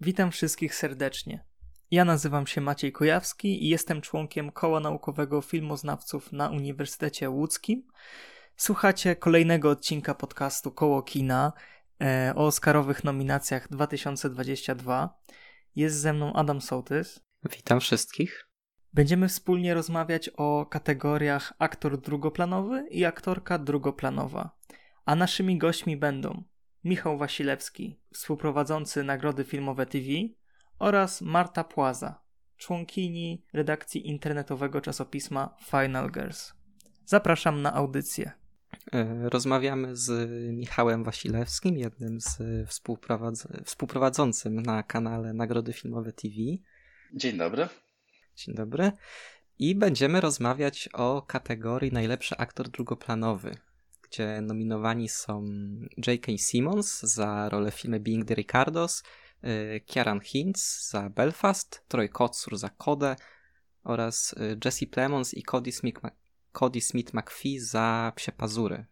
Witam wszystkich serdecznie. Ja nazywam się Maciej Kujawski i jestem członkiem Koła Naukowego Filmoznawców na Uniwersytecie Łódzkim. Słuchacie kolejnego odcinka podcastu Koło Kina o Oscarowych nominacjach 2022. Jest ze mną Adam Sołtys. Witam wszystkich. Będziemy wspólnie rozmawiać o kategoriach aktor drugoplanowy i aktorka drugoplanowa. A naszymi gośćmi będą Michał Wasilewski, współprowadzący Nagrody Filmowe TV, oraz Marta Płaza, członkini redakcji internetowego czasopisma Final Girls. Zapraszam na audycję. Rozmawiamy z Michałem Wasilewskim, jednym z współprowadzącym na kanale Nagrody Filmowe TV. Dzień dobry. Dzień dobry. I będziemy rozmawiać o kategorii najlepszy aktor drugoplanowy, gdzie nominowani są J.K. Simmons za rolę w filmie Being the Ricardos, Ciarán Hinds za Belfast, Troy Kotsur za Codę oraz Jesse Plemons i Cody Smith-McPhee za Psie Pazury.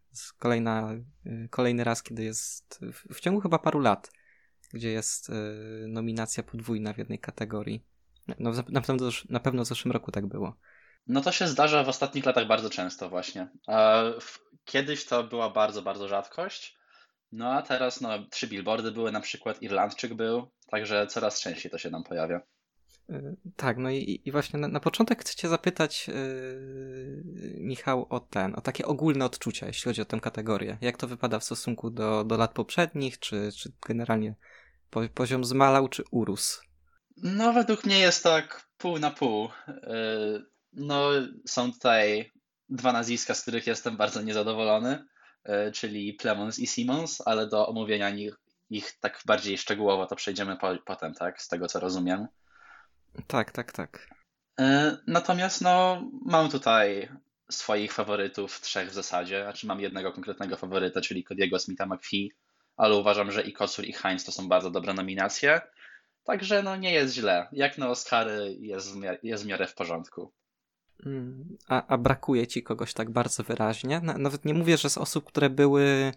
Kolejny raz, kiedy jest w ciągu chyba paru lat, gdzie jest nominacja podwójna w jednej kategorii. No, na pewno w zeszłym roku tak było. No to się zdarza w ostatnich latach bardzo często właśnie. Kiedyś to była bardzo, bardzo rzadkość. No a teraz 3 billboardy były, na przykład Irlandczyk był, także coraz częściej to się nam pojawia. Tak, no i właśnie na początek chcę cię zapytać, Michał, o takie ogólne odczucia, jeśli chodzi o tę kategorię. Jak to wypada w stosunku do lat poprzednich, czy generalnie poziom zmalał, czy urósł? No według mnie jest tak pół na pół. No są tutaj 2 nazwiska, z których jestem bardzo niezadowolony, czyli Plemons i Simmons, ale do omówienia ich tak bardziej szczegółowo to przejdziemy potem, tak? Z tego co rozumiem. Tak. Natomiast mam tutaj swoich faworytów 3 w zasadzie. Znaczy mam jednego konkretnego faworyta, czyli Cody'ego Smitha-McPhee, ale uważam, że i Kotsur i Hinds to są bardzo dobre nominacje. Także nie jest źle. Jak na Oscary jest w miarę w porządku. A brakuje ci kogoś tak bardzo wyraźnie? Nawet nie mówię, że z osób, które były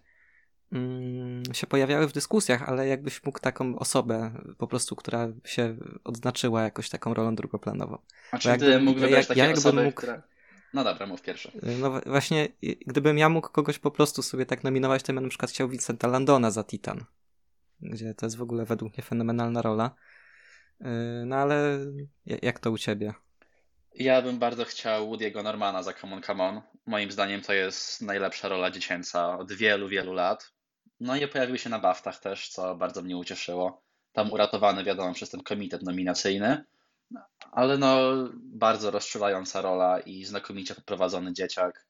się pojawiały w dyskusjach, ale jakbyś mógł taką osobę po prostu, która się odznaczyła jakoś taką rolą drugoplanową. A czy gdybym mógł wybrać takie osoby, które... No dobra, mów pierwszy. No właśnie, gdybym ja mógł kogoś po prostu sobie tak nominować, to ja bym na przykład chciał Vincenta Landona za Titan, gdzie to jest w ogóle według mnie fenomenalna rola. No ale jak to u ciebie? Ja bym bardzo chciał Woody'ego Normana za Come On, Come On. Moim zdaniem to jest najlepsza rola dziecięca od wielu, wielu lat. No i pojawił się na BAFTach też, co bardzo mnie ucieszyło. Tam uratowany, wiadomo, przez ten komitet nominacyjny. Ale bardzo rozczulająca rola i znakomicie poprowadzony dzieciak.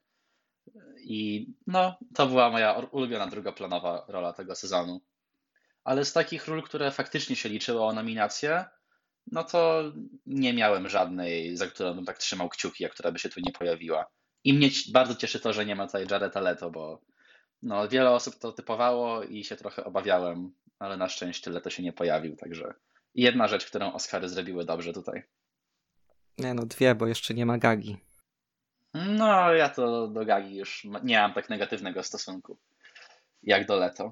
I to była moja ulubiona drugoplanowa rola tego sezonu. Ale z takich ról, które faktycznie się liczyły o nominację, to nie miałem żadnej, za którą bym tak trzymał kciuki, a która by się tu nie pojawiła. I mnie bardzo cieszy to, że nie ma tutaj Jareda Leto, bo wiele osób to typowało i się trochę obawiałem, ale na szczęście Leto się nie pojawił, także jedna rzecz, którą Oscary zrobiły dobrze tutaj. Nie 2, bo jeszcze nie ma Gagi. Ja to do Gagi już nie mam tak negatywnego stosunku, jak do Leto.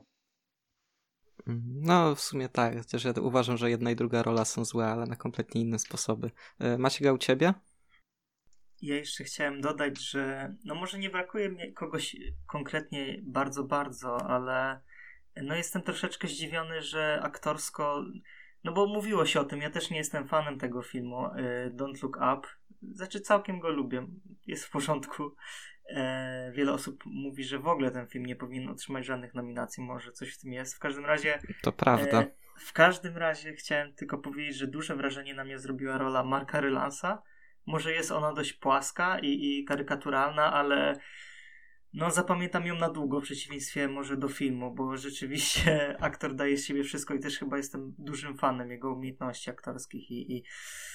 No w sumie tak, chociaż ja uważam, że jedna i druga rola są złe, ale na kompletnie inne sposoby. Maciek, u ciebie? Ja jeszcze chciałem dodać, że może nie brakuje mi kogoś konkretnie bardzo, ale jestem troszeczkę zdziwiony, że aktorsko, bo mówiło się o tym, ja też nie jestem fanem tego filmu Don't Look Up, znaczy całkiem go lubię, jest w porządku. Wiele osób mówi, że w ogóle ten film nie powinien otrzymać żadnych nominacji, może coś w tym jest. W każdym razie to prawda. W każdym razie chciałem tylko powiedzieć, że duże wrażenie na mnie zrobiła rola Marka Rylansa. Może jest ona dość płaska i karykaturalna, ale zapamiętam ją na długo, w przeciwieństwie może do filmu, bo rzeczywiście aktor daje z siebie wszystko i też chyba jestem dużym fanem jego umiejętności aktorskich i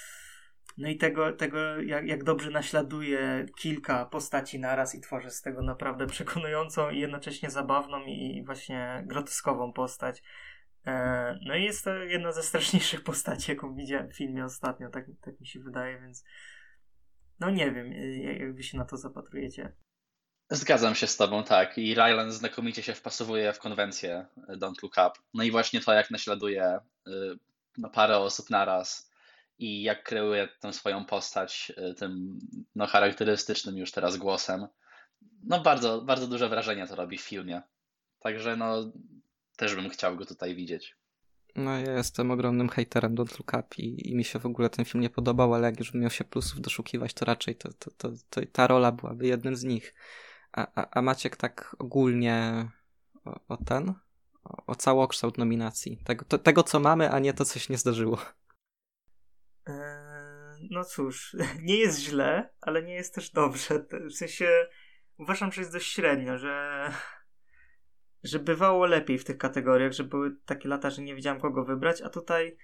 tego jak dobrze naśladuje kilka postaci naraz i tworzy z tego naprawdę przekonującą i jednocześnie zabawną i właśnie groteskową postać. I jest to jedna ze straszniejszych postaci, jaką widziałem w filmie ostatnio, tak mi się wydaje, więc nie wiem, jak wy się na to zapatrujecie. Zgadzam się z tobą, tak. I Ryland znakomicie się wpasowuje w konwencję Don't Look Up. No i właśnie to, jak naśladuje parę osób naraz i jak kreuje tę swoją postać tym charakterystycznym już teraz głosem. No bardzo, bardzo duże wrażenie to robi w filmie. Także też bym chciał go tutaj widzieć. No ja jestem ogromnym hejterem Don't Look Up i mi się w ogóle ten film nie podobał, ale jak już bym miał się plusów doszukiwać, to raczej to ta rola byłaby jednym z nich. A Maciek tak ogólnie o całokształt nominacji. Tego, co mamy, a nie to, co się nie zdarzyło. No cóż, nie jest źle, ale nie jest też dobrze. W sensie uważam, że jest dość średnio, że bywało lepiej w tych kategoriach, że były takie lata, że nie wiedziałem kogo wybrać, a tutaj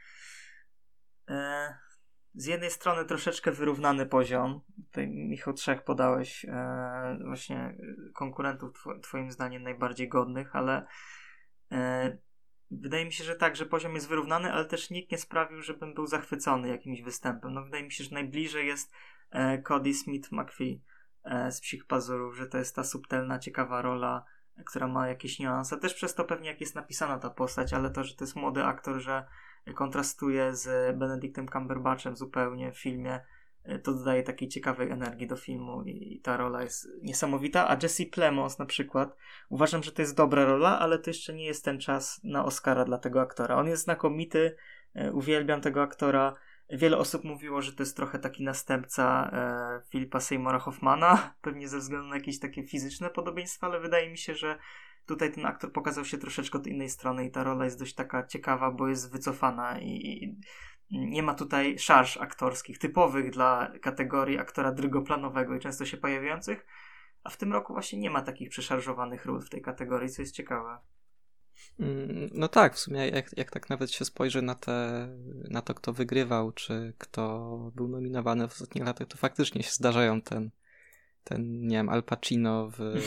z jednej strony troszeczkę wyrównany poziom. Tutaj Michał 3 podałeś właśnie konkurentów twoim zdaniem najbardziej godnych, ale wydaje mi się, że tak, że poziom jest wyrównany, ale też nikt nie sprawił, żebym był zachwycony jakimś występem. No wydaje mi się, że najbliżej jest Cody Smith-McPhee z Psich Pazurów, że to jest ta subtelna, ciekawa rola, która ma jakieś niuanse. Też przez to pewnie jak jest napisana ta postać, ale to, że to jest młody aktor, że kontrastuje z Benedictem Cumberbatchem zupełnie w filmie, to dodaje takiej ciekawej energii do filmu i ta rola jest niesamowita. A Jesse Plemons na przykład, uważam, że to jest dobra rola, ale to jeszcze nie jest ten czas na Oscara dla tego aktora. On jest znakomity, uwielbiam tego aktora. Wiele osób mówiło, że to jest trochę taki następca Philipa Seymoura Hoffmana, pewnie ze względu na jakieś takie fizyczne podobieństwa, ale wydaje mi się, że tutaj ten aktor pokazał się troszeczkę od innej strony i ta rola jest dość taka ciekawa, bo jest wycofana i nie ma tutaj szarż aktorskich typowych dla kategorii aktora drugoplanowego i często się pojawiających, a w tym roku właśnie nie ma takich przeszarżowanych ról w tej kategorii, co jest ciekawe. No tak, w sumie jak tak nawet się spojrzy na to, kto wygrywał, czy kto był nominowany w ostatnich latach, to faktycznie się zdarzają ten nie wiem, Al Pacino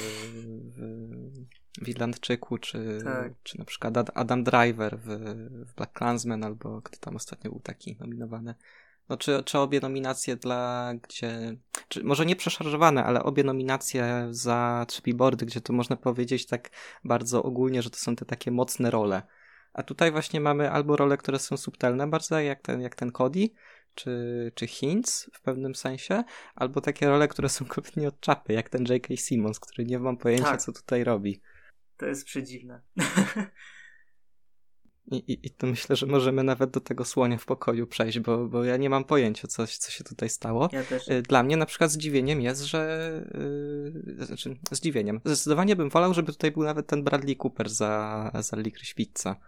w Irlandczyku, czy na przykład Adam Driver w BlacKkKlansman, albo kto tam ostatnio był taki nominowany. No czy obie nominacje czy może nie przeszarżowane, ale obie nominacje za 3 billboardy, gdzie to można powiedzieć tak bardzo ogólnie, że to są te takie mocne role. A tutaj właśnie mamy albo role, które są subtelne bardzo, jak ten Cody, czy Hinz w pewnym sensie, albo takie role, które są kompletnie od czapy, jak ten J.K. Simmons, który nie mam pojęcia, co tutaj robi. To jest przedziwne. I to myślę, że możemy nawet do tego słonia w pokoju przejść, bo ja nie mam pojęcia, co się tutaj stało. Ja też. Dla mnie na przykład zdziwieniem jest, że... zdziwieniem. Zdecydowanie bym wolał, żeby tutaj był nawet ten Bradley Cooper za Licorice Pizza.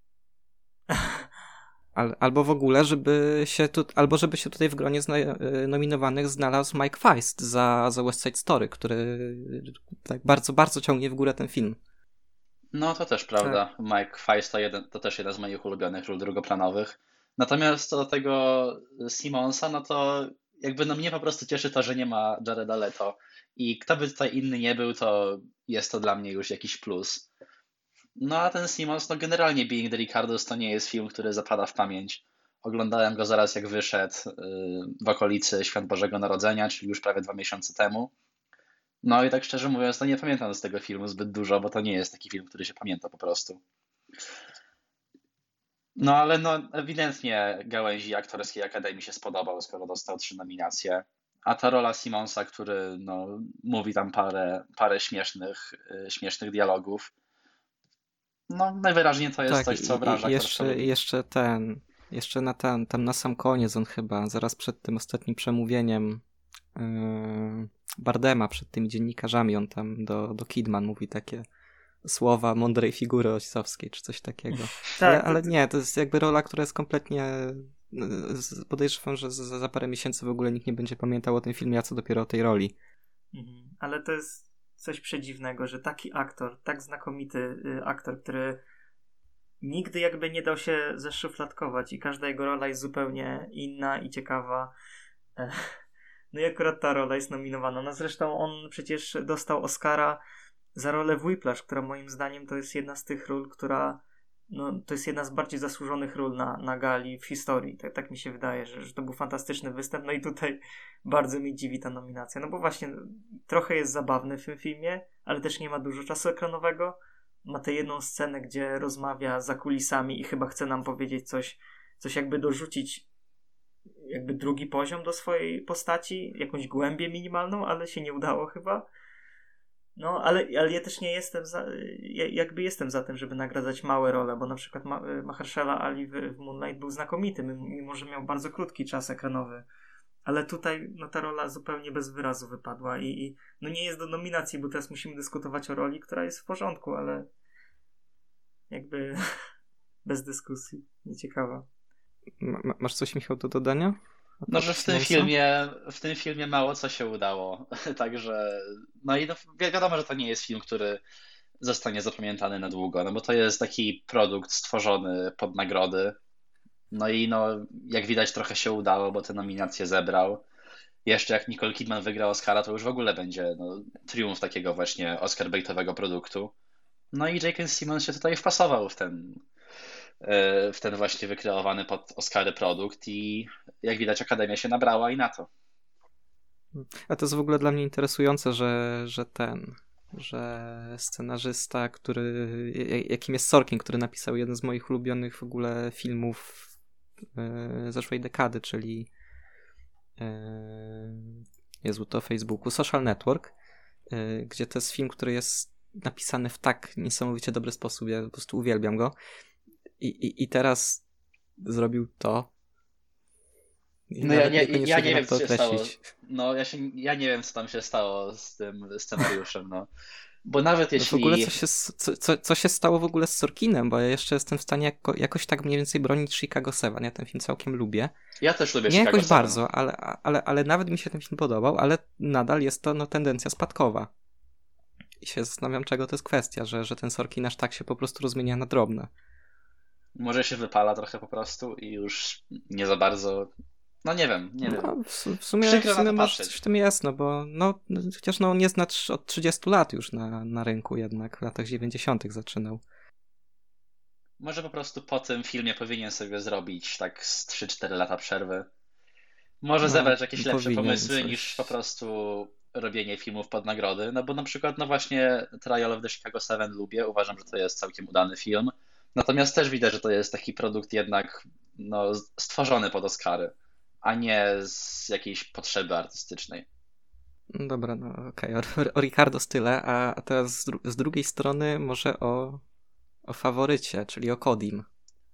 Albo w ogóle, żeby się tutaj w gronie nominowanych znalazł Mike Feist za West Side Story, który tak bardzo, bardzo ciągnie w górę ten film. No to też prawda. Tak. Mike Feist to też jeden z moich ulubionych ról drugoplanowych. Natomiast co do tego Simmonsa, no to jakby mnie po prostu cieszy to, że nie ma Jareda Leto. I kto by tutaj inny nie był, to jest to dla mnie już jakiś plus. No a ten Simmons, generalnie Being the Ricardos to nie jest film, który zapada w pamięć. Oglądałem go zaraz jak wyszedł w okolicy Świąt Bożego Narodzenia, czyli już prawie 2 miesiące temu. No i tak szczerze mówiąc, to nie pamiętam z tego filmu zbyt dużo, bo to nie jest taki film, który się pamięta po prostu. No ale ewidentnie gałęzi aktorskiej Akademii się spodobał, skoro dostał 3 nominacje. A ta rola Simmonsa, który mówi tam parę śmiesznych dialogów, najwyraźniej to jest coś, co obraża. Jeszcze tam na sam koniec on chyba, zaraz przed tym ostatnim przemówieniem Bardema, przed tymi dziennikarzami, on tam do Kidman mówi takie słowa mądrej figury ojcowskiej, czy coś takiego. Ale nie, to jest jakby rola, która jest kompletnie... Podejrzewam, że za parę miesięcy w ogóle nikt nie będzie pamiętał o tym filmie, a co dopiero o tej roli. Ale to jest coś przedziwnego, że taki aktor, tak znakomity aktor, który nigdy jakby nie dał się zeszufladkować i każda jego rola jest zupełnie inna i ciekawa. No i akurat ta rola jest nominowana. No zresztą on przecież dostał Oscara za rolę w Whiplash, która moim zdaniem to jest jedna z tych ról, która to jest jedna z bardziej zasłużonych ról na gali w historii. Tak mi się wydaje, że to był fantastyczny występ. No i tutaj bardzo mnie dziwi ta nominacja. No bo właśnie trochę jest zabawny w tym filmie, ale też nie ma dużo czasu ekranowego. Ma tę jedną scenę, gdzie rozmawia za kulisami i chyba chce nam powiedzieć coś coś jakby dorzucić, jakby drugi poziom do swojej postaci, jakąś głębię minimalną, ale się nie udało chyba. No, ale ja też nie jestem jestem za tym, żeby nagradzać małe role, bo na przykład Mahershala Ali w Moonlight był znakomity, mimo że miał bardzo krótki czas ekranowy. Ale tutaj no, ta rola zupełnie bez wyrazu wypadła i no nie jest do nominacji, bo teraz musimy dyskutować o roli, która jest w porządku, ale jakby bez dyskusji. Nieciekawa. Masz coś, Michał, do dodania? No, że w tym filmie mało co się udało. Także, no i wiadomo, że to nie jest film, który zostanie zapamiętany na długo, no bo to jest taki produkt stworzony pod nagrody. No i no, jak widać trochę się udało, bo te nominacje zebrał. Jeszcze jak Nicole Kidman wygra Oscara, to już w ogóle będzie no, triumf takiego właśnie Oscar-baitowego produktu. No i J.K. Simmons się tutaj wpasował w ten właśnie wykreowany pod Oscary produkt i jak widać Akademia się nabrała i na to. A to jest w ogóle dla mnie interesujące, że scenarzysta, jakim jest Sorkin, który napisał jeden z moich ulubionych w ogóle filmów zeszłej dekady, czyli Jezu, to Facebooku, Social Network, gdzie to jest film, który jest napisany w tak niesamowicie dobry sposób, ja po prostu uwielbiam go. I teraz zrobił to. No ja nie wiem, co się stało. No ja nie wiem, co tam się stało z tym scenariuszem, no. Bo nawet jeśli... W ogóle co się stało w ogóle z Sorkinem, bo ja jeszcze jestem w stanie jakoś tak mniej więcej bronić Chicago 7. Ja ten film całkiem lubię. Ja też lubię nie Chicago jakoś 7. bardzo, ale nawet mi się ten film podobał, ale nadal jest to no, tendencja spadkowa. I się zastanawiam, czego to jest kwestia, że ten Sorkin aż tak się po prostu rozmienia na drobne. Może się wypala trochę po prostu i już nie za bardzo... No nie wiem. No, w sumie może coś w tym jest, no bo no, chociaż no, on jest od 30 lat już na rynku jednak, w latach 90. zaczynał. Może po prostu po tym filmie powinien sobie zrobić tak z 3-4 lata przerwy. Może zebrać jakieś lepsze pomysły niż po prostu robienie filmów pod nagrody. No bo na przykład no właśnie Trial of the Chicago 7 lubię, uważam, że to jest całkiem udany film. Natomiast też widać, że to jest taki produkt jednak no, stworzony pod Oscary, a nie z jakiejś potrzeby artystycznej. Dobra, no okej. O Ricardo tyle, a teraz z drugiej strony może o faworycie, czyli o Kodim.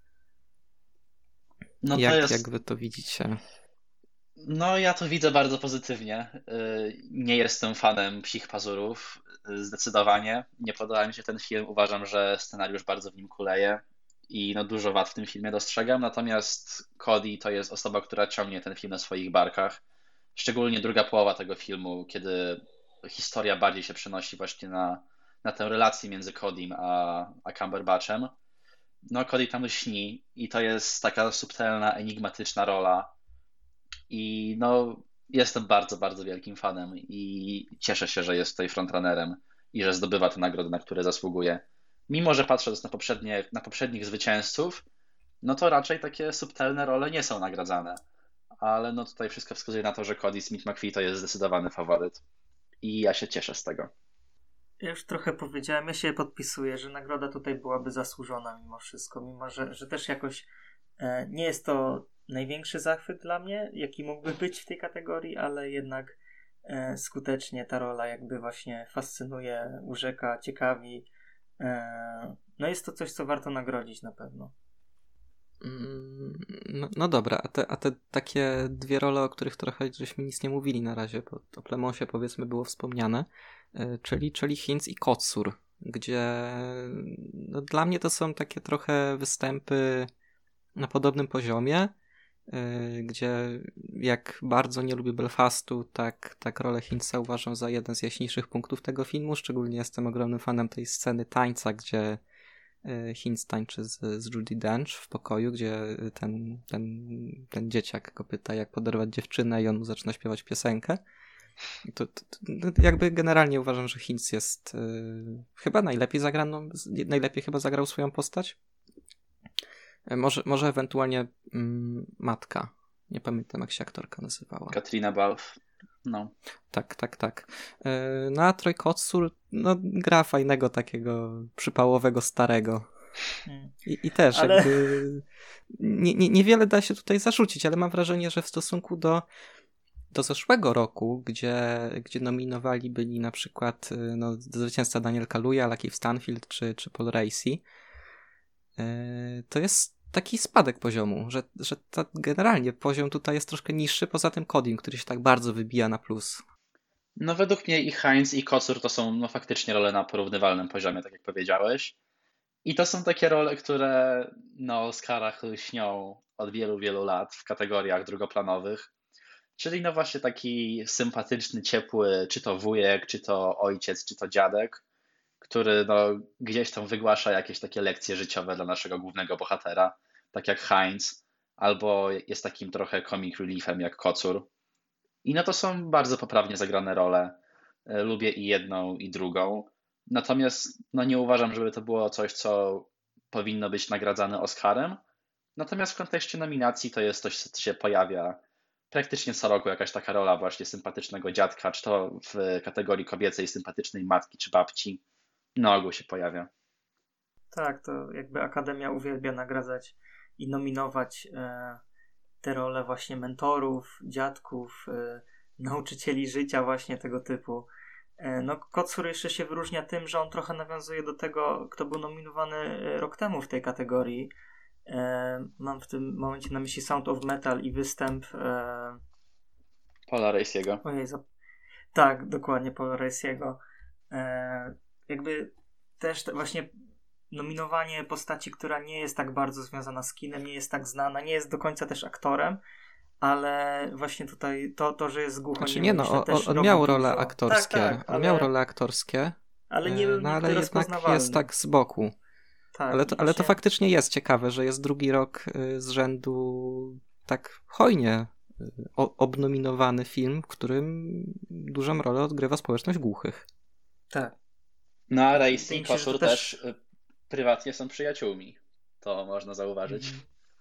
No to jak wy to widzicie? No ja to widzę bardzo pozytywnie. Nie jestem fanem Psich Pazurów, zdecydowanie. Nie podoba mi się ten film, uważam, że scenariusz bardzo w nim kuleje i no dużo wad w tym filmie dostrzegam, natomiast Cody to jest osoba, która ciągnie ten film na swoich barkach. Szczególnie druga połowa tego filmu, kiedy historia bardziej się przenosi właśnie na tę relację między Codym a Cumberbatchem. No Cody tam śni i to jest taka subtelna, enigmatyczna rola i no jestem bardzo, bardzo wielkim fanem i cieszę się, że jest tutaj frontrunnerem i że zdobywa te nagrody, na które zasługuje. Mimo że patrząc na poprzednich zwycięzców, no to raczej takie subtelne role nie są nagradzane. Ale no tutaj wszystko wskazuje na to, że Cody Smith-McPhee to jest zdecydowany faworyt. I ja się cieszę z tego. Ja już trochę powiedziałem, ja się podpisuję, że nagroda tutaj byłaby zasłużona mimo wszystko, mimo że też jakoś nie jest to największy zachwyt dla mnie, jaki mógłby być w tej kategorii, ale jednak skutecznie ta rola jakby właśnie fascynuje, urzeka, ciekawi. No jest to coś, co warto nagrodzić na pewno. No dobra, a te takie dwie role, o których trochę żeśmy nic nie mówili na razie, bo o Plemosie powiedzmy było wspomniane, czyli Hinz i Kotsur, gdzie no, dla mnie to są takie trochę występy na podobnym poziomie, gdzie jak bardzo nie lubię Belfastu, tak rolę Hinza uważam za jeden z jaśniejszych punktów tego filmu, szczególnie jestem ogromnym fanem tej sceny tańca, gdzie Hinz tańczy z Judi Dench w pokoju, gdzie ten dzieciak go pyta, jak poderwać dziewczynę i on mu zaczyna śpiewać piosenkę. To jakby generalnie uważam, że Hinz jest chyba najlepiej chyba zagrał swoją postać. Może ewentualnie matka. Nie pamiętam, jak się aktorka nazywała. Katrina Balfe. No. Tak. No a Troy Kotsur gra fajnego takiego przypałowego starego. I też Ale... jakby niewiele da się tutaj zarzucić, ale mam wrażenie, że w stosunku do zeszłego roku, gdzie nominowali byli na przykład zwycięzca Daniel Kaluuya, Lakeith Stanfield czy Paul Raci, to jest taki spadek poziomu, że generalnie poziom tutaj jest troszkę niższy, poza tym Coding, który się tak bardzo wybija na plus. No według mnie i Heinz i Kocur to są faktycznie role na porównywalnym poziomie, tak jak powiedziałeś. I to są takie role, które na Oscarach śnią od wielu, wielu lat w kategoriach drugoplanowych. Czyli no właśnie taki sympatyczny, ciepły, czy to wujek, czy to ojciec, czy to dziadek, który no gdzieś tam wygłasza jakieś takie lekcje życiowe dla naszego głównego bohatera, tak jak Heinz, albo jest takim trochę comic reliefem jak Kocur. I no to są bardzo poprawnie zagrane role. Lubię i jedną, i drugą. Natomiast no nie uważam, żeby to było coś, co powinno być nagradzane Oscarem. Natomiast w kontekście nominacji to jest coś, co się pojawia praktycznie co roku, jakaś taka rola właśnie sympatycznego dziadka, czy to w kategorii kobiecej sympatycznej matki czy babci. Na ogół się pojawia. Tak, to jakby Akademia uwielbia nagradzać i nominować te role właśnie mentorów, dziadków, nauczycieli życia właśnie tego typu. No Kocur jeszcze się wyróżnia tym, że on trochę nawiązuje do tego, kto był nominowany rok temu w tej kategorii. Mam w tym momencie na myśli Sound of Metal i występ Paula Raciego. Tak, dokładnie, Paula Raciego. Jakby też właśnie nominowanie postaci, która nie jest tak bardzo związana z kinem, nie jest tak znana, nie jest do końca też aktorem, ale właśnie tutaj to że jest głucho. Znaczy on miał role aktorskie. Tak, on miał role aktorskie, ale nie był ale jednak jest tak z boku. Tak, ale to faktycznie jest ciekawe, że jest drugi rok z rzędu tak hojnie obnominowany film, w którym dużą rolę odgrywa społeczność głuchych. Tak. No a Raci i Kocur też prywatnie są przyjaciółmi. To można zauważyć.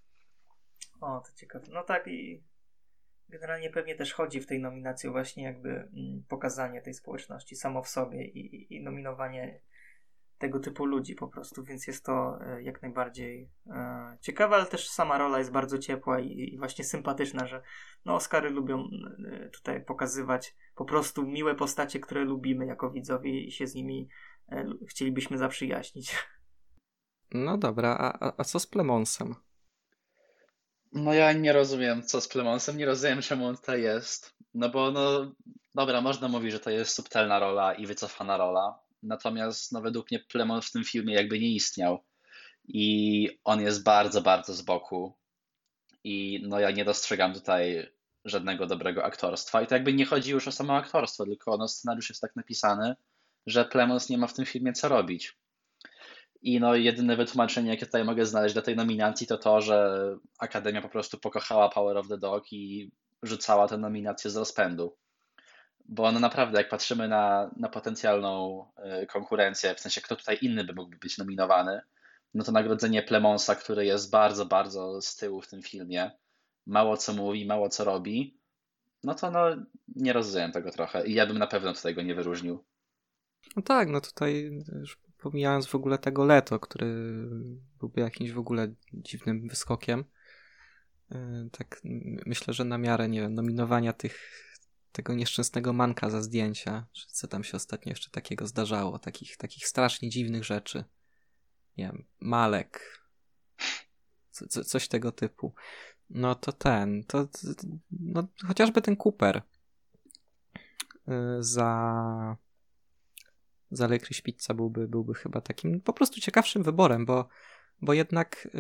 O, to ciekawe. No tak i generalnie pewnie też chodzi w tej nominacji właśnie jakby pokazanie tej społeczności samo w sobie i nominowanie tego typu ludzi po prostu, więc jest to jak najbardziej ciekawe, ale też sama rola jest bardzo ciepła i właśnie sympatyczna, że no Oscary lubią tutaj pokazywać po prostu miłe postacie, które lubimy jako widzowie i się z nimi chcielibyśmy zaprzyjaźnić. No dobra, a co z Plemonsem? No ja nie rozumiem, co z Plemonsem, nie rozumiem, czemu on tutaj jest. No bo no, dobra, można mówić, że to jest subtelna rola i wycofana rola. Natomiast no, według mnie Plemons w tym filmie jakby nie istniał. I on jest bardzo, bardzo z boku. I no ja nie dostrzegam tutaj żadnego dobrego aktorstwa. I to jakby nie chodzi już o samo aktorstwo, tylko no, scenariusz jest tak napisany, że Plemons nie ma w tym filmie co robić. I no jedyne wytłumaczenie, jakie tutaj mogę znaleźć dla tej nominacji, to to, że Akademia po prostu pokochała Power of the Dog i rzucała tę nominację z rozpędu. Bo no naprawdę, jak patrzymy na potencjalną konkurencję, w sensie kto tutaj inny by mógł być nominowany, no to nagrodzenie Plemonsa, który jest bardzo, bardzo z tyłu w tym filmie, mało co mówi, mało co robi, no to no nie rozumiem tego trochę i ja bym na pewno tutaj go nie wyróżnił. No tak, no tutaj już pomijając w ogóle tego Leto, który byłby jakimś w ogóle dziwnym wyskokiem, tak myślę, że na miarę, nie wiem, nominowania tego nieszczęsnego Manka za zdjęcia, czy co tam się ostatnio jeszcze takiego zdarzało, takich strasznie dziwnych rzeczy. Nie wiem, Malek, coś tego typu. No to no chociażby ten Cooper za Licorice Pizza byłby chyba takim po prostu ciekawszym wyborem, bo jednak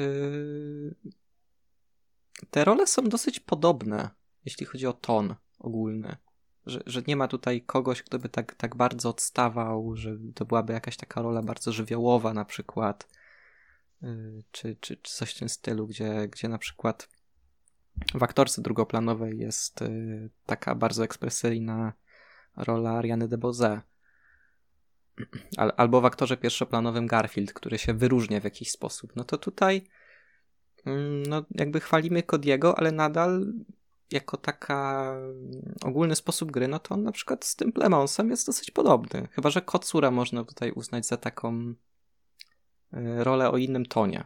te role są dosyć podobne, jeśli chodzi o ton ogólny. Że nie ma tutaj kogoś, kto by tak bardzo odstawał, że to byłaby jakaś taka rola bardzo żywiołowa na przykład, czy coś w tym stylu, gdzie na przykład w aktorce drugoplanowej jest taka bardzo ekspresyjna rola Ariany DeBose. Albo w aktorze pierwszoplanowym Garfield, który się wyróżnia w jakiś sposób. No to tutaj no jakby chwalimy Cody'ego, ale nadal jako taka ogólny sposób gry, no to on na przykład z tym Plemonsem jest dosyć podobny. Chyba że Kocura można tutaj uznać za taką rolę o innym tonie.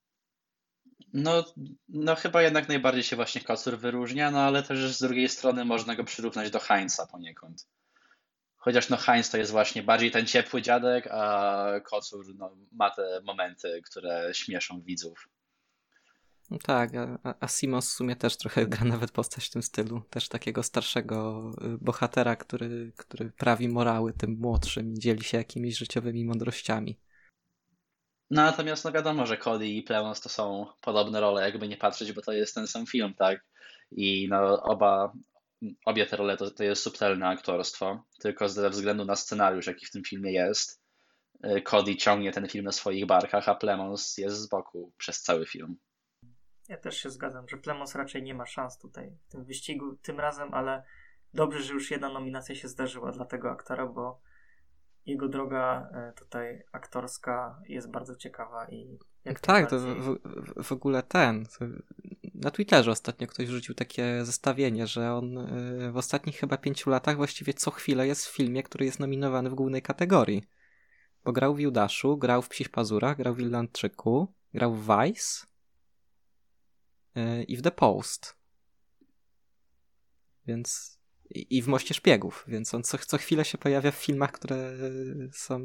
No chyba jednak najbardziej się właśnie Kocur wyróżnia, no ale też z drugiej strony można go przyrównać do Heinza poniekąd. Chociaż no Heinz to jest właśnie bardziej ten ciepły dziadek, a Kocur no, ma te momenty, które śmieszą widzów. No tak, a Simons w sumie też trochę gra nawet postać w tym stylu. Też takiego starszego bohatera, który prawi morały tym młodszym i dzieli się jakimiś życiowymi mądrościami. No natomiast no wiadomo, że Cody i Pleons to są podobne role, jakby nie patrzeć, bo to jest ten sam film, tak? I no obie te role to jest subtelne aktorstwo, tylko ze względu na scenariusz, jaki w tym filmie jest, Cody ciągnie ten film na swoich barkach, a Plemons jest z boku przez cały film. Ja też się zgadzam, że Plemons raczej nie ma szans tutaj w tym wyścigu tym razem, ale dobrze, że już jedna nominacja się zdarzyła dla tego aktora, bo jego droga tutaj aktorska jest bardzo ciekawa i jak Tak, to najbardziej... w ogóle na Twitterze ostatnio ktoś wrzucił takie zestawienie, że on w ostatnich chyba 5 latach właściwie co chwilę jest w filmie, który jest nominowany w głównej kategorii. Bo grał w Judaszu, grał w Psich Pazurach, grał w Irlandczyku, grał w Vice i w The Post. Więc i w Moście Szpiegów, więc on co chwilę się pojawia w filmach, które są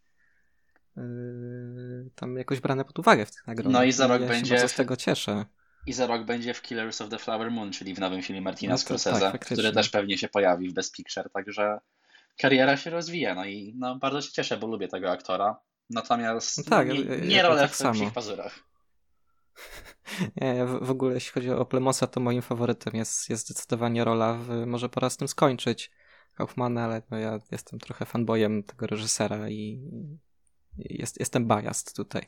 tam jakoś brane pod uwagę w tych nagrodach. No i za rok ja będzie się bardzo z tego cieszę. I za rok będzie w Killers of the Flower Moon, czyli w nowym filmie Martina No to Scorsese, tak, który też pewnie się pojawi w Best Picture, także kariera się rozwija. No i no, bardzo się cieszę, bo lubię tego aktora. Natomiast No tak, nie rolę tak w samo. Psich Pazurach. Nie, w ogóle jeśli chodzi o Plemosa, to moim faworytem jest zdecydowanie rola Może pora z tym skończyć Kaufmana, ale no ja jestem trochę fanboyem tego reżysera i jestem biased tutaj.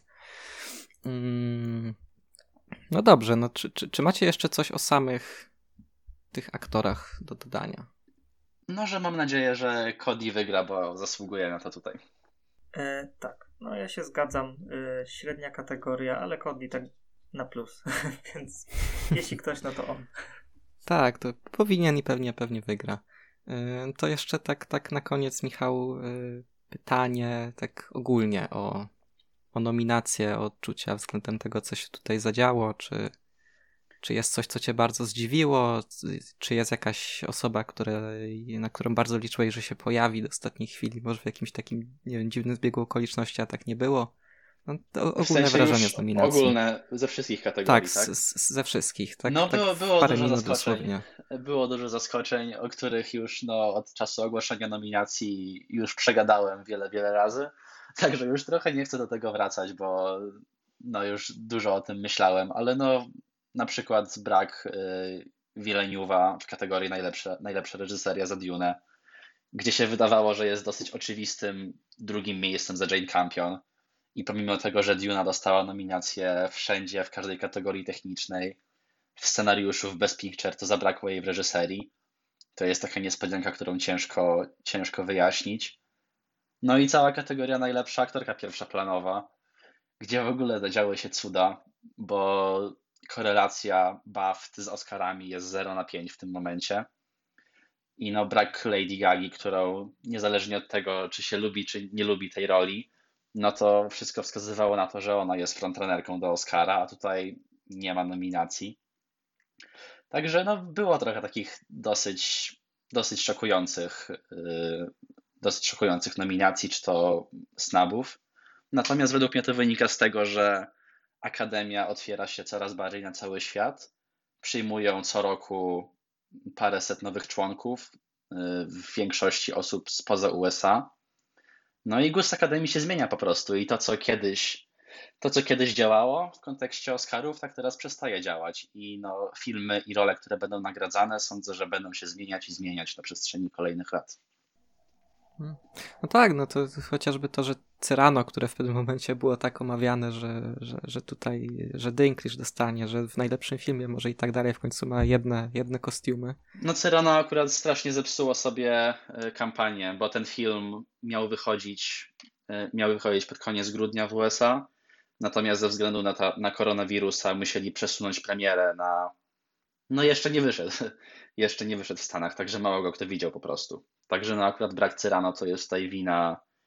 No dobrze, no czy macie jeszcze coś o samych tych aktorach do dodania? No, że mam nadzieję, że Cody wygra, bo zasługuje na to tutaj. Tak, no ja się zgadzam. Średnia kategoria, ale Cody tak na plus, więc jeśli ktoś, no to on. Tak, to powinien i pewnie wygra. To jeszcze tak na koniec, Michał, pytanie tak ogólnie o nominację, o odczucia względem tego, co się tutaj zadziało, czy jest coś, co cię bardzo zdziwiło, czy jest jakaś osoba, na którą bardzo liczyłeś, że się pojawi do ostatniej chwili, może w jakimś takim, nie wiem, dziwnym zbiegu okoliczności, a tak nie było. No, to ogólne w sensie wrażenie już z nominacji. ogólne ze wszystkich kategorii, tak? Ze wszystkich. Tak, No tak było parę dużo minut zaskoczeń. dosłownie. Było dużo zaskoczeń, o których już no, od czasu ogłoszenia nominacji już przegadałem wiele razy. Także już trochę nie chcę do tego wracać, bo no, już dużo o tym myślałem, ale no na przykład brak Villeneuve'a w kategorii najlepsza reżyseria za Dune, gdzie się wydawało, że jest dosyć oczywistym drugim miejscem za Jane Campion. I pomimo tego, że Duna dostała nominację wszędzie, w każdej kategorii technicznej, w scenariuszu, w Best Picture, to zabrakło jej w reżyserii. To jest taka niespodzianka, którą ciężko wyjaśnić. No i cała kategoria najlepsza aktorka pierwszoplanowa, gdzie w ogóle zadziały się cuda, bo korelacja BAFT z Oscarami jest 0/5 w tym momencie. I no brak Lady Gagi, którą niezależnie od tego, czy się lubi, czy nie lubi tej roli, no to wszystko wskazywało na to, że ona jest frontrunnerką do Oscara, a tutaj nie ma nominacji. Także no było trochę takich dosyć szokujących nominacji, czy to snubów. Natomiast według mnie to wynika z tego, że Akademia otwiera się coraz bardziej na cały świat. Przyjmują co roku paręset nowych członków, w większości osób spoza USA. No i gust Akademii się zmienia po prostu i to, co kiedyś działało w kontekście Oscarów, tak teraz przestaje działać. I no, filmy i role, które będą nagradzane, sądzę, że będą się zmieniać i zmieniać na przestrzeni kolejnych lat. No tak, no to chociażby to, że Cyrano, które w pewnym momencie było tak omawiane, że tutaj, że Dinklage dostanie, że w najlepszym filmie może i tak dalej, w końcu ma jedne kostiumy. No Cyrano akurat strasznie zepsuło sobie kampanię, bo ten film miał wychodzić pod koniec grudnia w USA, natomiast ze względu na koronawirusa musieli przesunąć premierę na... No jeszcze nie wyszedł. Jeszcze nie wyszedł w Stanach, także mało go kto widział po prostu. Także no akurat brak Cyrano to jest tutaj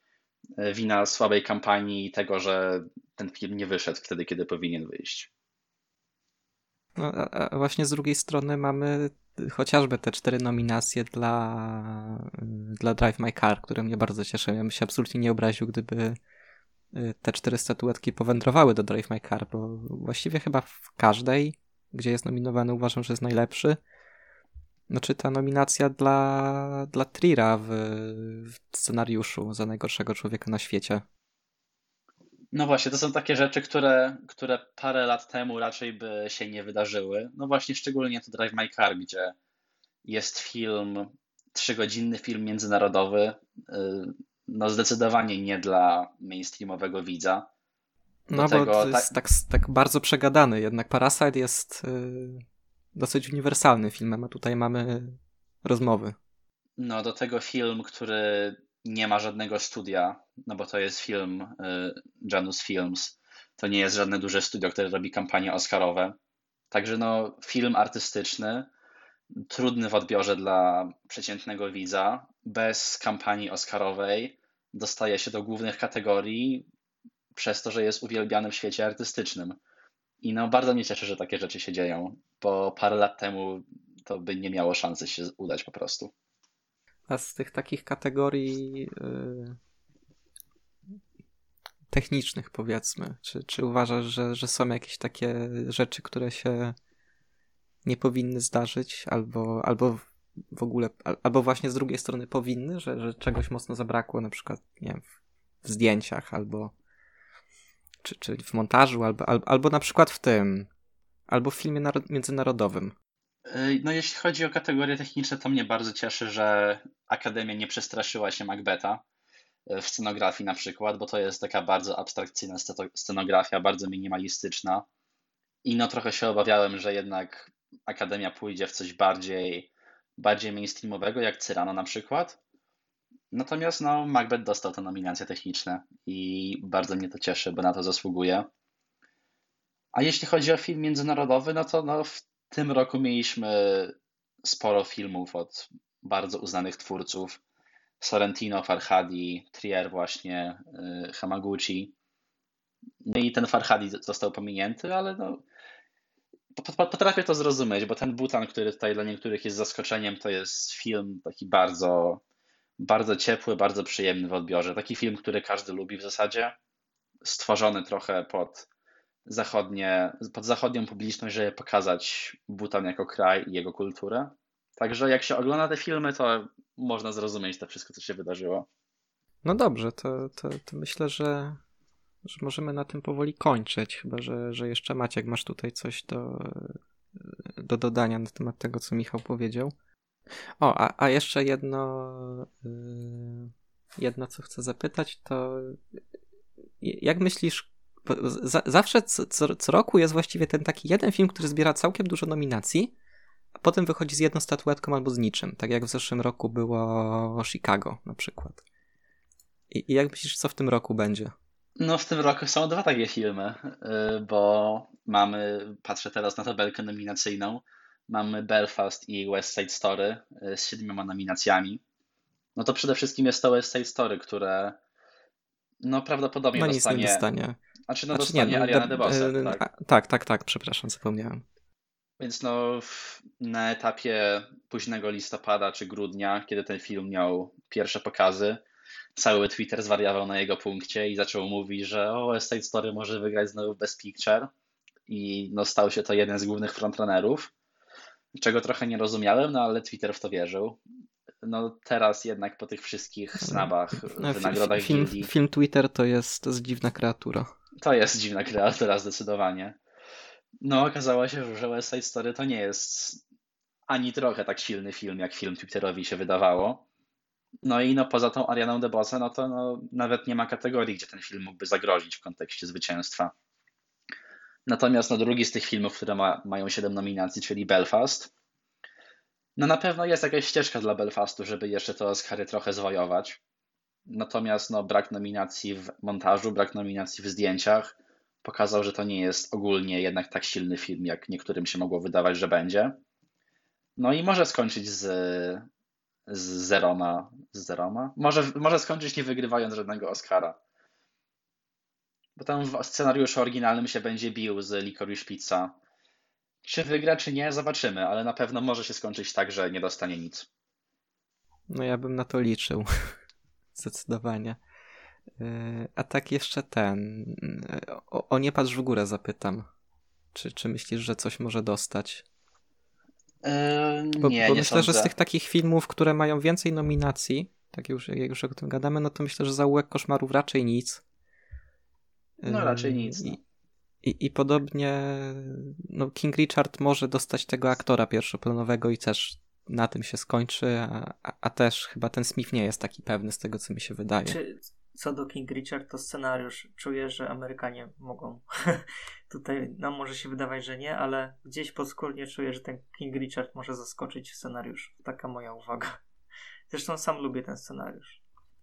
wina słabej kampanii i tego, że ten film nie wyszedł wtedy, kiedy powinien wyjść. No, a właśnie z drugiej strony mamy chociażby te 4 nominacje dla Drive My Car, które mnie bardzo cieszą. Ja bym się absolutnie nie obraził, gdyby te 4 statuetki powędrowały do Drive My Car, bo właściwie chyba w każdej, gdzie jest nominowany, uważam, że jest najlepszy. Znaczy ta nominacja dla Trira w scenariuszu za najgorszego człowieka na świecie. No właśnie, to są takie rzeczy, które parę lat temu raczej by się nie wydarzyły. No właśnie, szczególnie to Drive My Car, gdzie jest film, 3-godzinny film międzynarodowy, no zdecydowanie nie dla mainstreamowego widza. No bo to jest tak bardzo przegadany, jednak Parasite jest dosyć uniwersalny filmem, a tutaj mamy rozmowy. No do tego film, który nie ma żadnego studia, no bo to jest film Janus Films, to nie jest żadne duże studio, które robi kampanie oscarowe. Także no film artystyczny, trudny w odbiorze dla przeciętnego widza, bez kampanii oscarowej, dostaje się do głównych kategorii przez to, że jest uwielbiany w świecie artystycznym. I no bardzo mnie cieszy, że takie rzeczy się dzieją, bo parę lat temu to by nie miało szansy się udać po prostu. A z tych takich kategorii technicznych, powiedzmy, czy uważasz, że są jakieś takie rzeczy, które się nie powinny zdarzyć, albo w ogóle, albo właśnie z drugiej strony powinny, że czegoś mocno zabrakło, na przykład nie wiem, w zdjęciach, albo czy w montażu, albo na przykład albo w filmie międzynarodowym. No jeśli chodzi o kategorie techniczne, to mnie bardzo cieszy, że Akademia nie przestraszyła się Macbetha w scenografii na przykład, bo to jest taka bardzo abstrakcyjna scenografia, bardzo minimalistyczna. I no trochę się obawiałem, że jednak Akademia pójdzie w coś bardziej mainstreamowego, jak Cyrano na przykład. Natomiast no, Macbeth dostał te nominacje techniczne i bardzo mnie to cieszy, bo na to zasługuje. A jeśli chodzi o film międzynarodowy, no to no, w tym roku mieliśmy sporo filmów od bardzo uznanych twórców. Sorrentino, Farhadi, Trier właśnie, Hamaguchi. No i ten Farhadi został pominięty, ale no, potrafię to zrozumieć, bo ten Butan, który tutaj dla niektórych jest zaskoczeniem, to jest film taki bardzo, bardzo ciepły, bardzo przyjemny w odbiorze. Taki film, który każdy lubi w zasadzie. Stworzony trochę pod zachodnią publiczność, żeby pokazać Butan jako kraj i jego kulturę. Także jak się ogląda te filmy, to można zrozumieć to wszystko, co się wydarzyło. No dobrze, to myślę, że możemy na tym powoli kończyć, chyba że jeszcze Maciek, masz tutaj coś do dodania na temat tego, co Michał powiedział. A jeszcze jedno, co chcę zapytać, to jak myślisz, zawsze co roku jest właściwie ten taki jeden film, który zbiera całkiem dużo nominacji, a potem wychodzi z jedną statuetką albo z niczym, tak jak w zeszłym roku było Chicago na przykład. I jak myślisz, co w tym roku będzie? No w tym roku są 2 takie filmy, bo patrzę teraz na tabelkę nominacyjną, mamy Belfast i West Side Story z 7 nominacjami. No to przede wszystkim jest to West Side Story, które no prawdopodobnie nic dostanie... nie dostanie. Dostanie Ariana DeBose, tak? Tak, przepraszam, zapomniałem. Więc no na etapie późnego listopada czy grudnia, kiedy ten film miał pierwsze pokazy, cały Twitter zwariował na jego punkcie i zaczął mówić, że West Side Story może wygrać znowu Best Picture i no stał się to jeden z głównych frontrunnerów, czego trochę nie rozumiałem, no ale Twitter w to wierzył. No teraz jednak po tych wszystkich snabach w nagrodach Gildii... Film Twitter to jest dziwna kreatura. To jest dziwna kreatura zdecydowanie. No okazało się, że West Side Story to nie jest ani trochę tak silny film, jak film Twitterowi się wydawało. No i no poza tą Arianą DeBose, no to no, nawet nie ma kategorii, gdzie ten film mógłby zagrozić w kontekście zwycięstwa. Natomiast no, drugi z tych filmów, które mają 7 nominacji, czyli Belfast, no na pewno jest jakaś ścieżka dla Belfastu, żeby jeszcze te Oscary trochę zwojować. Natomiast no, brak nominacji w montażu, brak nominacji w zdjęciach pokazał, że to nie jest ogólnie jednak tak silny film, jak niektórym się mogło wydawać, że będzie. No i może skończyć z zeroma? Może skończyć nie wygrywając żadnego Oscara. Bo tam w scenariuszu oryginalnym się będzie bił z Licorice Pizza. Czy wygra, czy nie, zobaczymy, ale na pewno może się skończyć tak, że nie dostanie nic. No ja bym na to liczył. Zdecydowanie. A tak jeszcze o Nie patrz w górę zapytam. Czy myślisz, że coś może dostać? Bo Nie myślę, sądzę. że z tych takich filmów, które mają więcej nominacji, tak jak już o tym gadamy, no to myślę, że Zaułek koszmarów raczej nic. No raczej nic. No. I podobnie no King Richard może dostać tego aktora pierwszoplanowego i też na tym się skończy, a też chyba ten Smith nie jest taki pewny z tego, co mi się wydaje. Co do King Richard, to scenariusz. Czuję, że Amerykanie mogą. Tutaj nam może się wydawać, że nie, ale gdzieś podskórnie czuję, że ten King Richard może zaskoczyć w scenariuszu. Taka moja uwaga. Zresztą sam lubię ten scenariusz.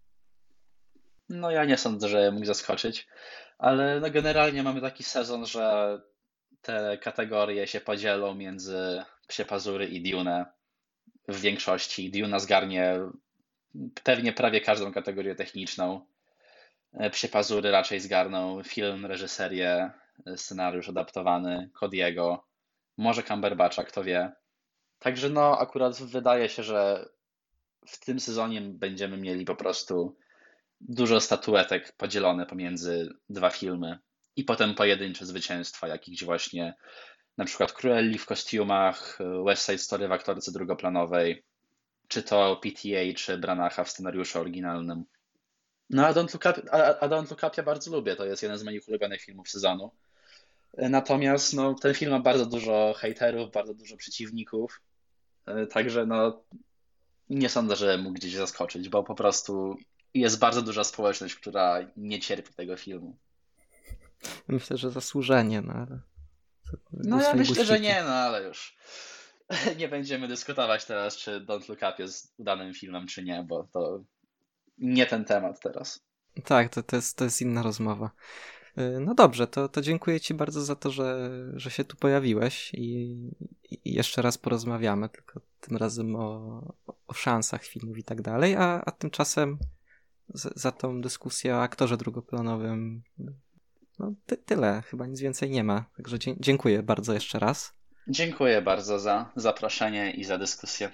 No ja nie sądzę, że mógł zaskoczyć, ale no generalnie mamy taki sezon, że te kategorie się podzielą między Psie Pazury i Dune w większości. Duna zgarnie pewnie prawie każdą kategorię techniczną. Psie Pazury raczej zgarną film, reżyserię, scenariusz adaptowany, Cody'ego, może Cumberbatcha, kto wie. Także no akurat wydaje się, że w tym sezonie będziemy mieli po prostu dużo statuetek podzielone pomiędzy dwa filmy i potem pojedyncze zwycięstwa jakichś właśnie na przykład Cruelli w kostiumach, West Side Story w aktorce drugoplanowej, czy to PTA, czy Branacha w scenariuszu oryginalnym. No a Don't Look Up ja bardzo lubię, to jest jeden z moich ulubionych filmów sezonu. Natomiast no, ten film ma bardzo dużo hejterów, bardzo dużo przeciwników, także no nie sądzę, że mógł gdzieś zaskoczyć, bo po prostu jest bardzo duża społeczność, która nie cierpi tego filmu. Myślę, że zasłużenie, no ale... No ja myślę, że nie, no ale już nie będziemy dyskutować teraz, czy Don't Look Up jest udanym filmem, czy nie, bo to nie ten temat teraz. Tak, to jest inna rozmowa. No dobrze, to dziękuję Ci bardzo za to, że się tu pojawiłeś i jeszcze raz porozmawiamy, tylko tym razem o szansach filmów i tak dalej, a tymczasem za tą dyskusję o aktorze drugoplanowym no tyle, chyba nic więcej nie ma, także dziękuję bardzo jeszcze raz. Dziękuję bardzo za zaproszenie i za dyskusję.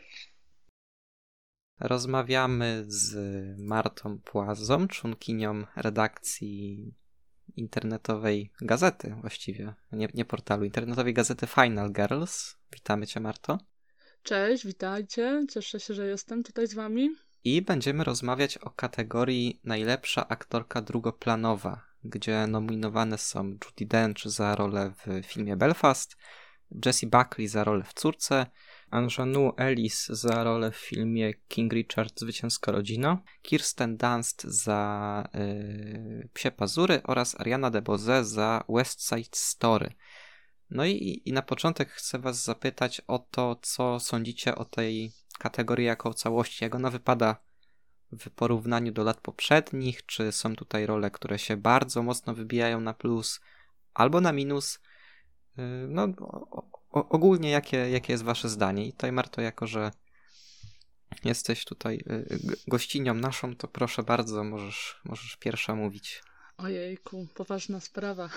Rozmawiamy z Martą Płazą, członkinią redakcji internetowej gazety właściwie, nie portalu, internetowej gazety Final Girls. Witamy Cię, Marto. Cześć, witajcie. Cieszę się, że jestem tutaj z wami. I będziemy rozmawiać o kategorii najlepsza aktorka drugoplanowa, gdzie nominowane są Judi Dench za rolę w filmie Belfast, Jessie Buckley za rolę w Córce, Aunjanue Ellis za rolę w filmie King Richard Zwycięska rodzina, Kirsten Dunst za Psie Pazury oraz Ariana DeBose za West Side Story. No i na początek chcę Was zapytać o to, co sądzicie o tej kategorii jako o całości, jak ona wypada w porównaniu do lat poprzednich, czy są tutaj role, które się bardzo mocno wybijają na plus albo na minus. No ogólnie jakie jest Wasze zdanie? I tutaj, Marto, jako że jesteś tutaj gościnią naszą, to proszę bardzo, możesz pierwsza mówić. Ojejku, poważna sprawa.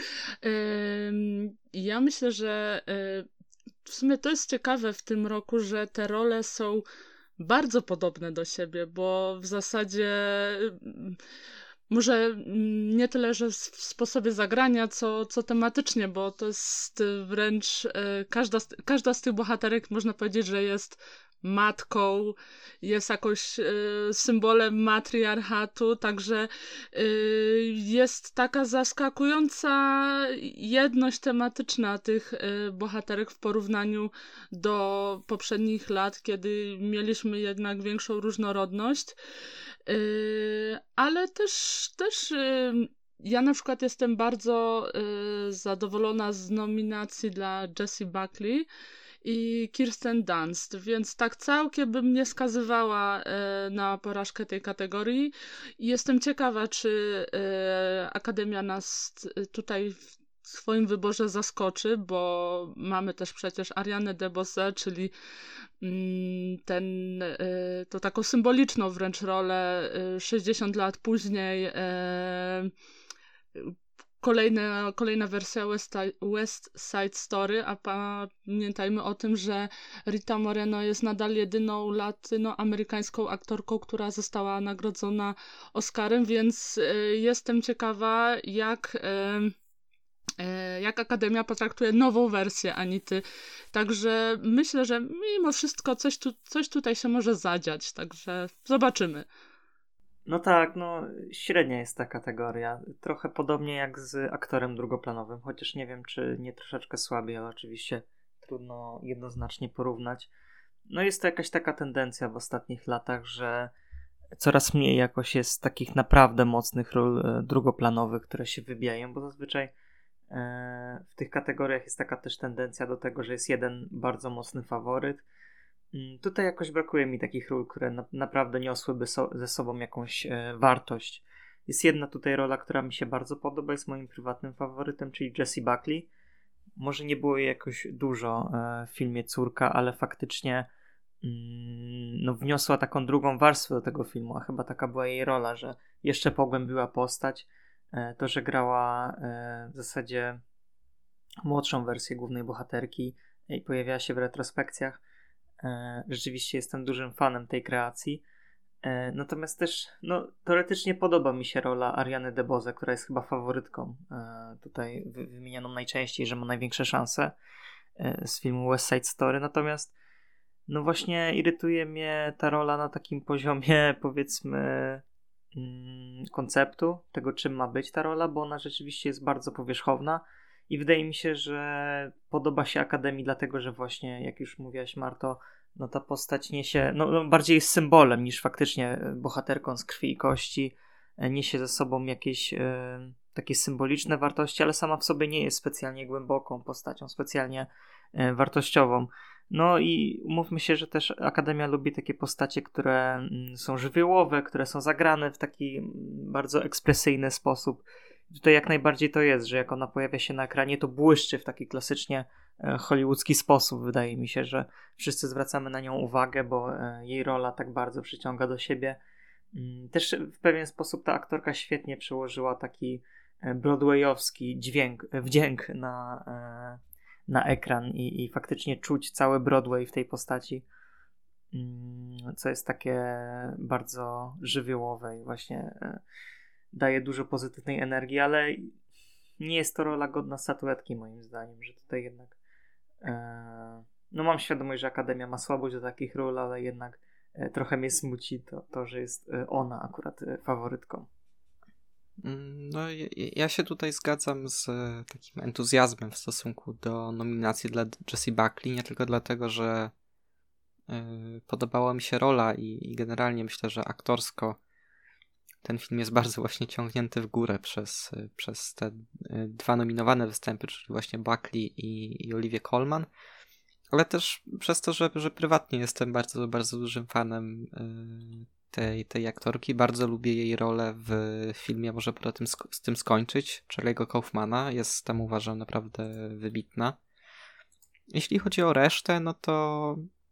Ja myślę, że w sumie to jest ciekawe w tym roku, że te role są bardzo podobne do siebie, bo w zasadzie może nie tyle, że w sposobie zagrania, co tematycznie, bo to jest wręcz każda z tych bohaterek można powiedzieć, że jest matką, jest jakoś symbolem matriarchatu, także jest taka zaskakująca jedność tematyczna tych bohaterek w porównaniu do poprzednich lat, kiedy mieliśmy jednak większą różnorodność. Ale też ja na przykład jestem bardzo zadowolona z nominacji dla Jessie Buckley i Kirsten Dunst, więc tak całkiem bym nie skazywała na porażkę tej kategorii. I jestem ciekawa, czy Akademia nas tutaj w swoim wyborze zaskoczy, bo mamy też przecież Arianę DeBose, czyli to taką symboliczną wręcz rolę 60 lat później, kolejna wersja West Side Story, a pamiętajmy o tym, że Rita Moreno jest nadal jedyną latynoamerykańską aktorką, która została nagrodzona Oscarem, więc jestem ciekawa, jak Akademia potraktuje nową wersję Anity. Także myślę, że mimo wszystko coś tutaj się może zadziać, także zobaczymy. No tak, średnia jest ta kategoria. Trochę podobnie jak z aktorem drugoplanowym, chociaż nie wiem, czy nie troszeczkę słabiej, ale oczywiście trudno jednoznacznie porównać. No jest to jakaś taka tendencja w ostatnich latach, że coraz mniej jakoś jest takich naprawdę mocnych ról drugoplanowych, które się wybijają, bo zazwyczaj w tych kategoriach jest taka też tendencja do tego, że jest jeden bardzo mocny faworyt. Tutaj jakoś brakuje mi takich ról, które naprawdę niosłyby ze sobą jakąś wartość. Jest jedna tutaj rola, która mi się bardzo podoba, jest moim prywatnym faworytem, czyli Jessie Buckley. Może nie było jej jakoś dużo w filmie Córka, ale faktycznie wniosła taką drugą warstwę do tego filmu, a chyba taka była jej rola, że jeszcze pogłębiła postać. To, że grała w zasadzie młodszą wersję głównej bohaterki i pojawiała się w retrospekcjach. Rzeczywiście jestem dużym fanem tej kreacji. Natomiast też teoretycznie podoba mi się rola Ariany DeBose, która jest chyba faworytką tutaj wymienianą najczęściej, że ma największe szanse z filmu West Side Story. Natomiast właśnie irytuje mnie ta rola na takim poziomie, powiedzmy, konceptu tego, czym ma być ta rola, bo ona rzeczywiście jest bardzo powierzchowna i wydaje mi się, że podoba się Akademii dlatego, że właśnie, jak już mówiłaś, Marto, ta postać niesie, bardziej jest symbolem niż faktycznie bohaterką z krwi i kości, niesie ze sobą jakieś takie symboliczne wartości, ale sama w sobie nie jest specjalnie głęboką postacią, specjalnie wartościową. I umówmy się, że też Akademia lubi takie postacie, które są żywiołowe, które są zagrane w taki bardzo ekspresyjny sposób. Tutaj jak najbardziej to jest, że jak ona pojawia się na ekranie, to błyszczy w taki klasycznie hollywoodzki sposób. Wydaje mi się, że wszyscy zwracamy na nią uwagę, bo jej rola tak bardzo przyciąga do siebie. Też w pewien sposób ta aktorka świetnie przełożyła taki broadwayowski wdzięk na ekran i faktycznie czuć cały Broadway w tej postaci, co jest takie bardzo żywiołowe i właśnie daje dużo pozytywnej energii, ale nie jest to rola godna statuetki moim zdaniem, że tutaj jednak mam świadomość, że Akademia ma słabość do takich ról, ale jednak trochę mnie smuci to, że jest ona akurat faworytką. Ja się tutaj zgadzam z takim entuzjazmem w stosunku do nominacji dla Jessie Buckley, nie tylko dlatego, że podobała mi się rola i generalnie myślę, że aktorsko ten film jest bardzo właśnie ciągnięty w górę przez te dwa nominowane występy, czyli właśnie Buckley i Olivia Colman, ale też przez to, że prywatnie jestem bardzo, bardzo dużym fanem tej aktorki. Bardzo lubię jej rolę w filmie Może pora z tym skończyć, Charlie'ego Kaufmana. Jest tam, uważam, naprawdę wybitna. Jeśli chodzi o resztę, to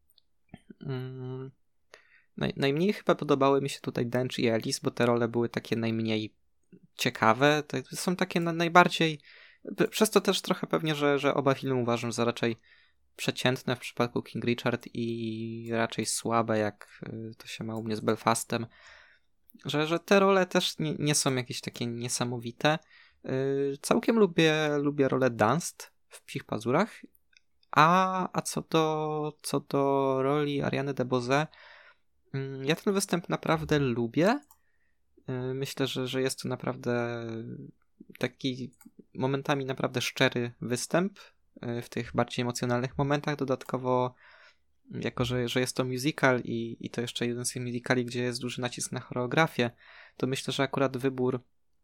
najmniej chyba podobały mi się tutaj Dench i Ellis, bo te role były takie najmniej ciekawe. To są takie najbardziej... Przez to też trochę pewnie, że oba filmy uważam za raczej przeciętne w przypadku King Richard i raczej słabe, jak to się ma u mnie z Belfastem. Że te role też nie są jakieś takie niesamowite. Całkiem lubię rolę Dunst w Psich Pazurach. A co do roli Ariany DeBose, ja ten występ naprawdę lubię. Myślę, że jest to naprawdę taki momentami naprawdę szczery występ w tych bardziej emocjonalnych momentach. Dodatkowo, jako że jest to musical i to jeszcze jeden z tych musicali, gdzie jest duży nacisk na choreografię, to myślę, że akurat wybór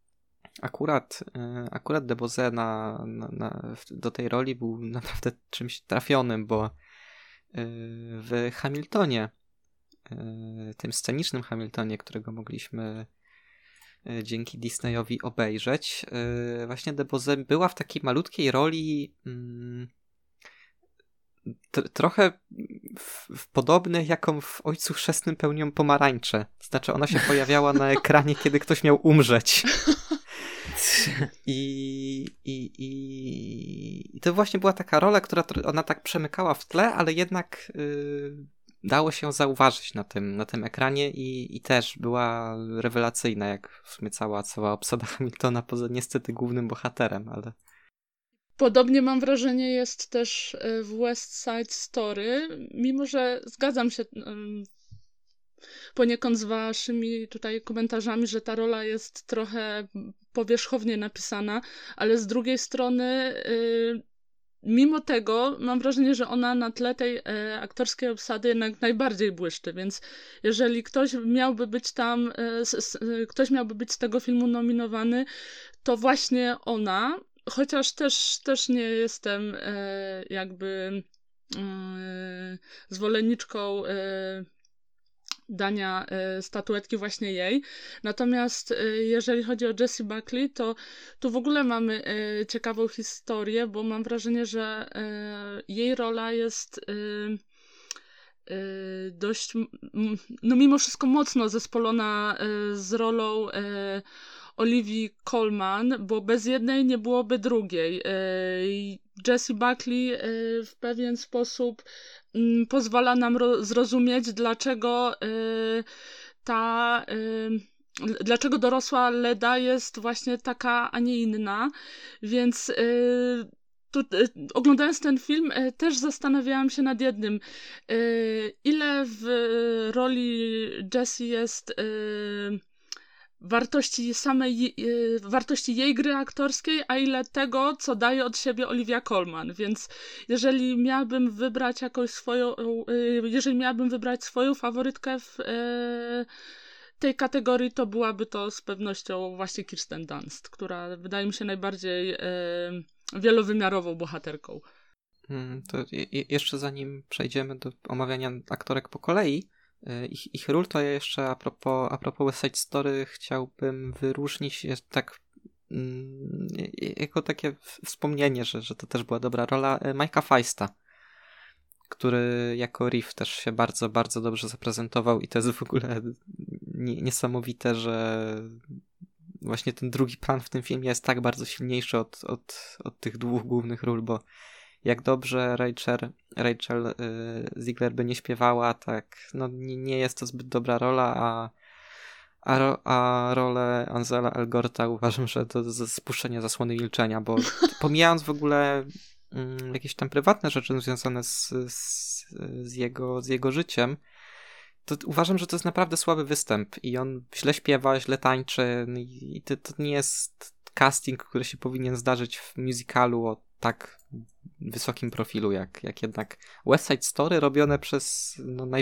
akurat DeBose do tej roli był naprawdę czymś trafionym, bo w Hamiltonie, tym scenicznym Hamiltonie, którego mogliśmy dzięki Disneyowi obejrzeć. Właśnie Debozę była w takiej malutkiej roli trochę w podobnej, jaką w Ojcu Chrzestnym pełnią pomarańcze. Znaczy ona się pojawiała na ekranie, kiedy ktoś miał umrzeć. I to właśnie była taka rola, która ona tak przemykała w tle, ale jednak dało się zauważyć na tym ekranie i też była rewelacyjna, jak w sumie cała obsada Hamiltona, poza niestety głównym bohaterem, ale... Podobnie mam wrażenie jest też w West Side Story, mimo że zgadzam się poniekąd z waszymi tutaj komentarzami, że ta rola jest trochę powierzchownie napisana, ale z drugiej strony mimo tego mam wrażenie, że ona na tle tej aktorskiej obsady jednak najbardziej błyszczy, więc jeżeli ktoś miałby być tam, ktoś miałby być z tego filmu nominowany, to właśnie ona, chociaż też nie jestem jakby zwolenniczką dania statuetki właśnie jej. Natomiast jeżeli chodzi o Jessie Buckley, to tu w ogóle mamy ciekawą historię, bo mam wrażenie, że jej rola jest dość, no mimo wszystko mocno zespolona z rolą Olivii Colman, bo bez jednej nie byłoby drugiej. Jessie Buckley w pewien sposób pozwala nam zrozumieć, dlaczego dorosła Leda jest właśnie taka, a nie inna. Więc oglądając ten film też zastanawiałam się nad jednym. Ile w roli Jessie jest wartości jej gry aktorskiej, a ile tego, co daje od siebie Olivia Colman. Więc jeżeli miałabym wybrać swoją faworytkę w tej kategorii, to byłaby to z pewnością właśnie Kirsten Dunst, która wydaje mi się najbardziej wielowymiarową bohaterką. To jeszcze zanim przejdziemy do omawiania aktorek po kolei, ich ról, to ja jeszcze a propos West Side Story chciałbym wyróżnić tak jako takie wspomnienie, że to też była dobra rola Mike'a Feista, który jako Riff też się bardzo, bardzo dobrze zaprezentował i to jest w ogóle niesamowite, że właśnie ten drugi plan w tym filmie jest tak bardzo silniejszy od tych dwóch głównych ról, bo jak dobrze Rachel Ziegler by nie śpiewała, tak no nie jest to zbyt dobra rola, a rolę Ansela Elgorta uważam, że to spuszczenie zasłony milczenia, bo pomijając w ogóle jakieś tam prywatne rzeczy związane z jego życiem, to uważam, że to jest naprawdę słaby występ i on źle śpiewa, źle tańczy i to nie jest casting, który się powinien zdarzyć w musicalu o tak wysokim profilu, jak jednak West Side Story robione przez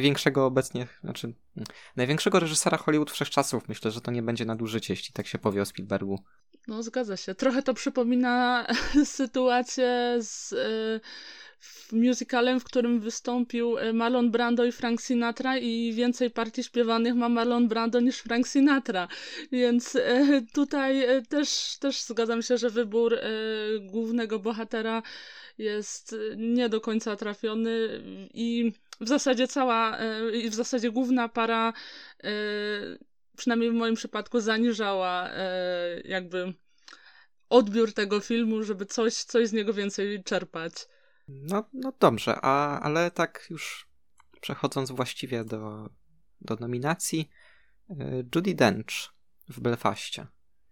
największego reżysera Hollywood wszechczasów. Myślę, że to nie będzie nadużycie, jeśli tak się powie o Spielbergu. No, zgadza się. Trochę to przypomina sytuację z musicalem, w którym wystąpił Marlon Brando i Frank Sinatra i więcej partii śpiewanych ma Marlon Brando niż Frank Sinatra. Więc tutaj też zgadzam się, że wybór głównego bohatera jest nie do końca trafiony i w zasadzie główna para przynajmniej w moim przypadku zaniżała jakby odbiór tego filmu, żeby coś z niego więcej czerpać. No dobrze, ale tak już przechodząc właściwie do nominacji, Judi Dench w Belfaście.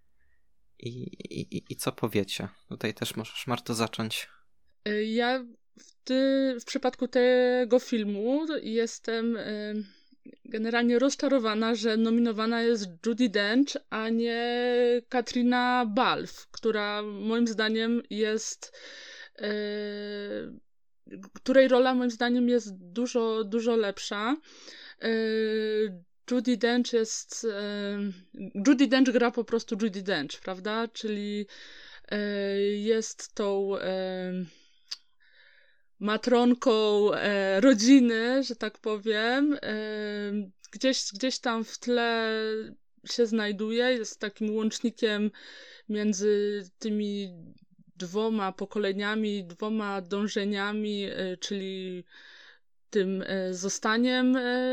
I co powiecie? Tutaj też możesz, Marto, zacząć. Ja w przypadku tego filmu jestem generalnie rozczarowana, że nominowana jest Judi Dench, a nie Katrina Balfe, która moim zdaniem której rola moim zdaniem jest dużo, dużo lepsza. Judi Dench gra po prostu Judi Dench, prawda? Czyli jest tą matronką rodziny, że tak powiem. Gdzieś tam w tle się znajduje. Jest takim łącznikiem między tymi dwoma pokoleniami, dwoma dążeniami, czyli tym zostaniem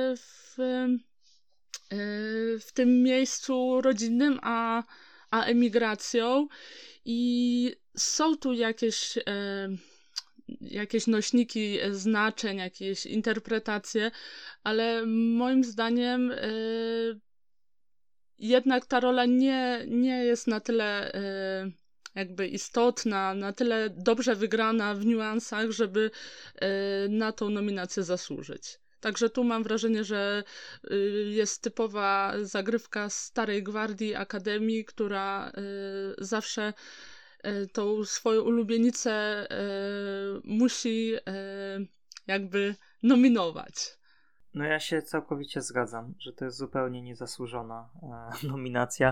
w tym miejscu rodzinnym, a emigracją. I są tu jakieś nośniki znaczeń, jakieś interpretacje, ale moim zdaniem jednak ta rola nie jest na tyle jakby istotna, na tyle dobrze wygrana w niuansach, żeby na tą nominację zasłużyć. Także tu mam wrażenie, że jest typowa zagrywka starej gwardii Akademii, która zawsze tą swoją ulubienicę musi jakby nominować. No ja się całkowicie zgadzam, że to jest zupełnie niezasłużona nominacja.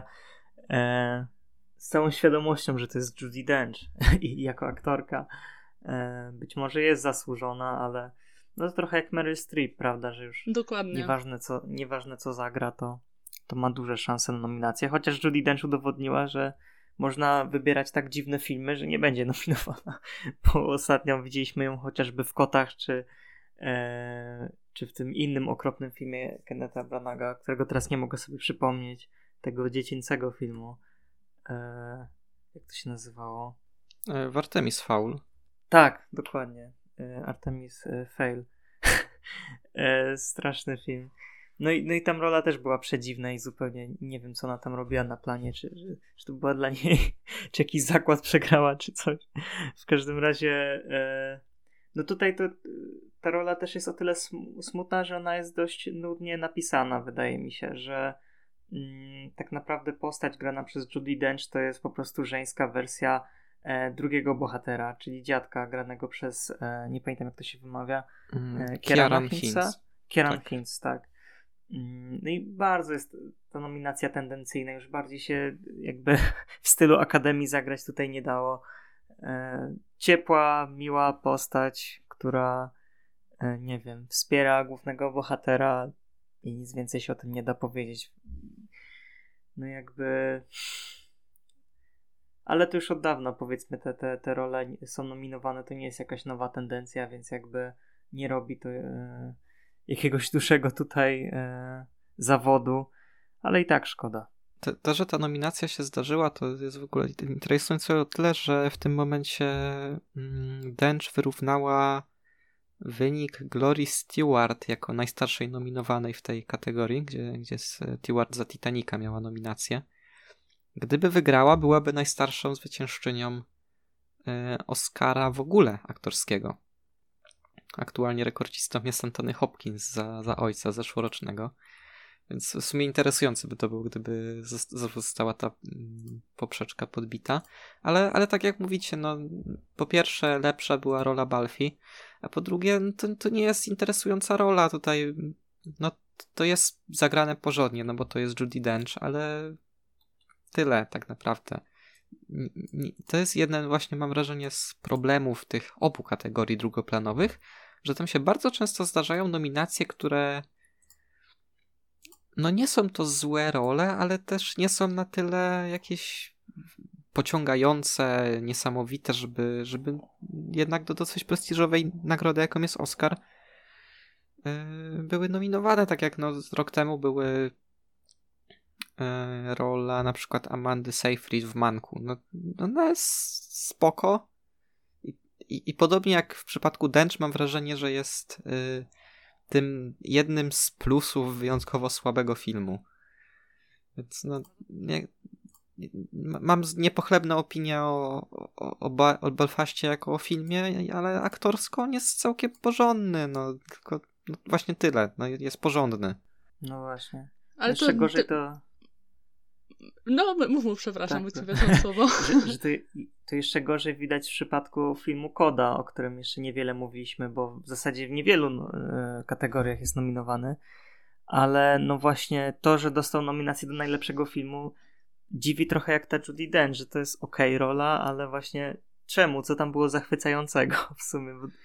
Z całą świadomością, że to jest Judi Dench i jako aktorka być może jest zasłużona, ale no to trochę jak Meryl Streep, prawda, że już Dokładnie. nieważne co zagra, to ma duże szanse na nominację, chociaż Judi Dench udowodniła, że można wybierać tak dziwne filmy, że nie będzie nominowana, bo ostatnio widzieliśmy ją chociażby w Kotach, czy w tym innym okropnym filmie Kennetha Branaga, którego teraz nie mogę sobie przypomnieć, tego dziecięcego filmu. Jak to się nazywało? W Artemis Fowl. Tak, dokładnie. Artemis Fail. Straszny film. No i tam rola też była przedziwna i zupełnie nie wiem, co ona tam robiła na planie, czy to była dla niej, czy jakiś zakład przegrała, czy coś. W każdym razie no tutaj ta rola też jest o tyle smutna, że ona jest dość nudnie napisana, wydaje mi się, że tak naprawdę postać grana przez Judi Dench to jest po prostu żeńska wersja drugiego bohatera, czyli dziadka granego przez, nie pamiętam jak to się wymawia, Kieran Hinz. Kieran Hinz, tak. No i bardzo jest ta nominacja tendencyjna, już bardziej się jakby w stylu Akademii zagrać tutaj nie dało. Ciepła, miła postać, która nie wiem, wspiera głównego bohatera i nic więcej się o tym nie da powiedzieć. No jakby... Ale to już od dawna, powiedzmy, te role są nominowane, to nie jest jakaś nowa tendencja, więc jakby nie robi to jakiegoś dłuższego tutaj zawodu, ale i tak szkoda. To, że ta nominacja się zdarzyła, to jest w ogóle interesujące o tyle, że w tym momencie Dench wyrównała wynik Glory Stewart jako najstarszej nominowanej w tej kategorii, gdzie Stewart za Titanica miała nominację. Gdyby wygrała, byłaby najstarszą zwyciężczynią Oscara w ogóle aktorskiego. Aktualnie rekordzistą jest Anthony Hopkins za ojca zeszłorocznego. Więc w sumie interesujące by to było, gdyby została ta poprzeczka podbita. Ale tak jak mówicie, no po pierwsze lepsza była rola Balfi, a po drugie to nie jest interesująca rola tutaj. No to jest zagrane porządnie, no bo to jest Judi Dench, ale tyle tak naprawdę. To jest jeden właśnie, mam wrażenie, z problemów tych obu kategorii drugoplanowych, że tam się bardzo często zdarzają nominacje, które no nie są to złe role, ale też nie są na tyle jakieś pociągające, niesamowite, żeby jednak do dosyć prestiżowej nagrody, jaką jest Oscar, były nominowane, tak jak no rok temu były rola na przykład Amandy Seyfried w Manku. No, ona jest spoko i podobnie jak w przypadku Dench mam wrażenie, że jest tym jednym z plusów wyjątkowo słabego filmu. Więc no mam niepochlebną opinię o Belfaście jako o filmie, ale aktorsko on jest całkiem porządny, no tylko no, właśnie tyle, no jest porządny. No właśnie. Ale jeszcze gorzej to... No, mów, przepraszam, tak, bo ci weszłam słowo. że to jeszcze gorzej widać w przypadku filmu Koda, o którym jeszcze niewiele mówiliśmy, bo w zasadzie w niewielu kategoriach jest nominowany, ale no właśnie to, że dostał nominację do najlepszego filmu, dziwi trochę jak ta Judi Dench, że to jest okej rola, ale właśnie czemu? Co tam było zachwycającego w sumie? Bo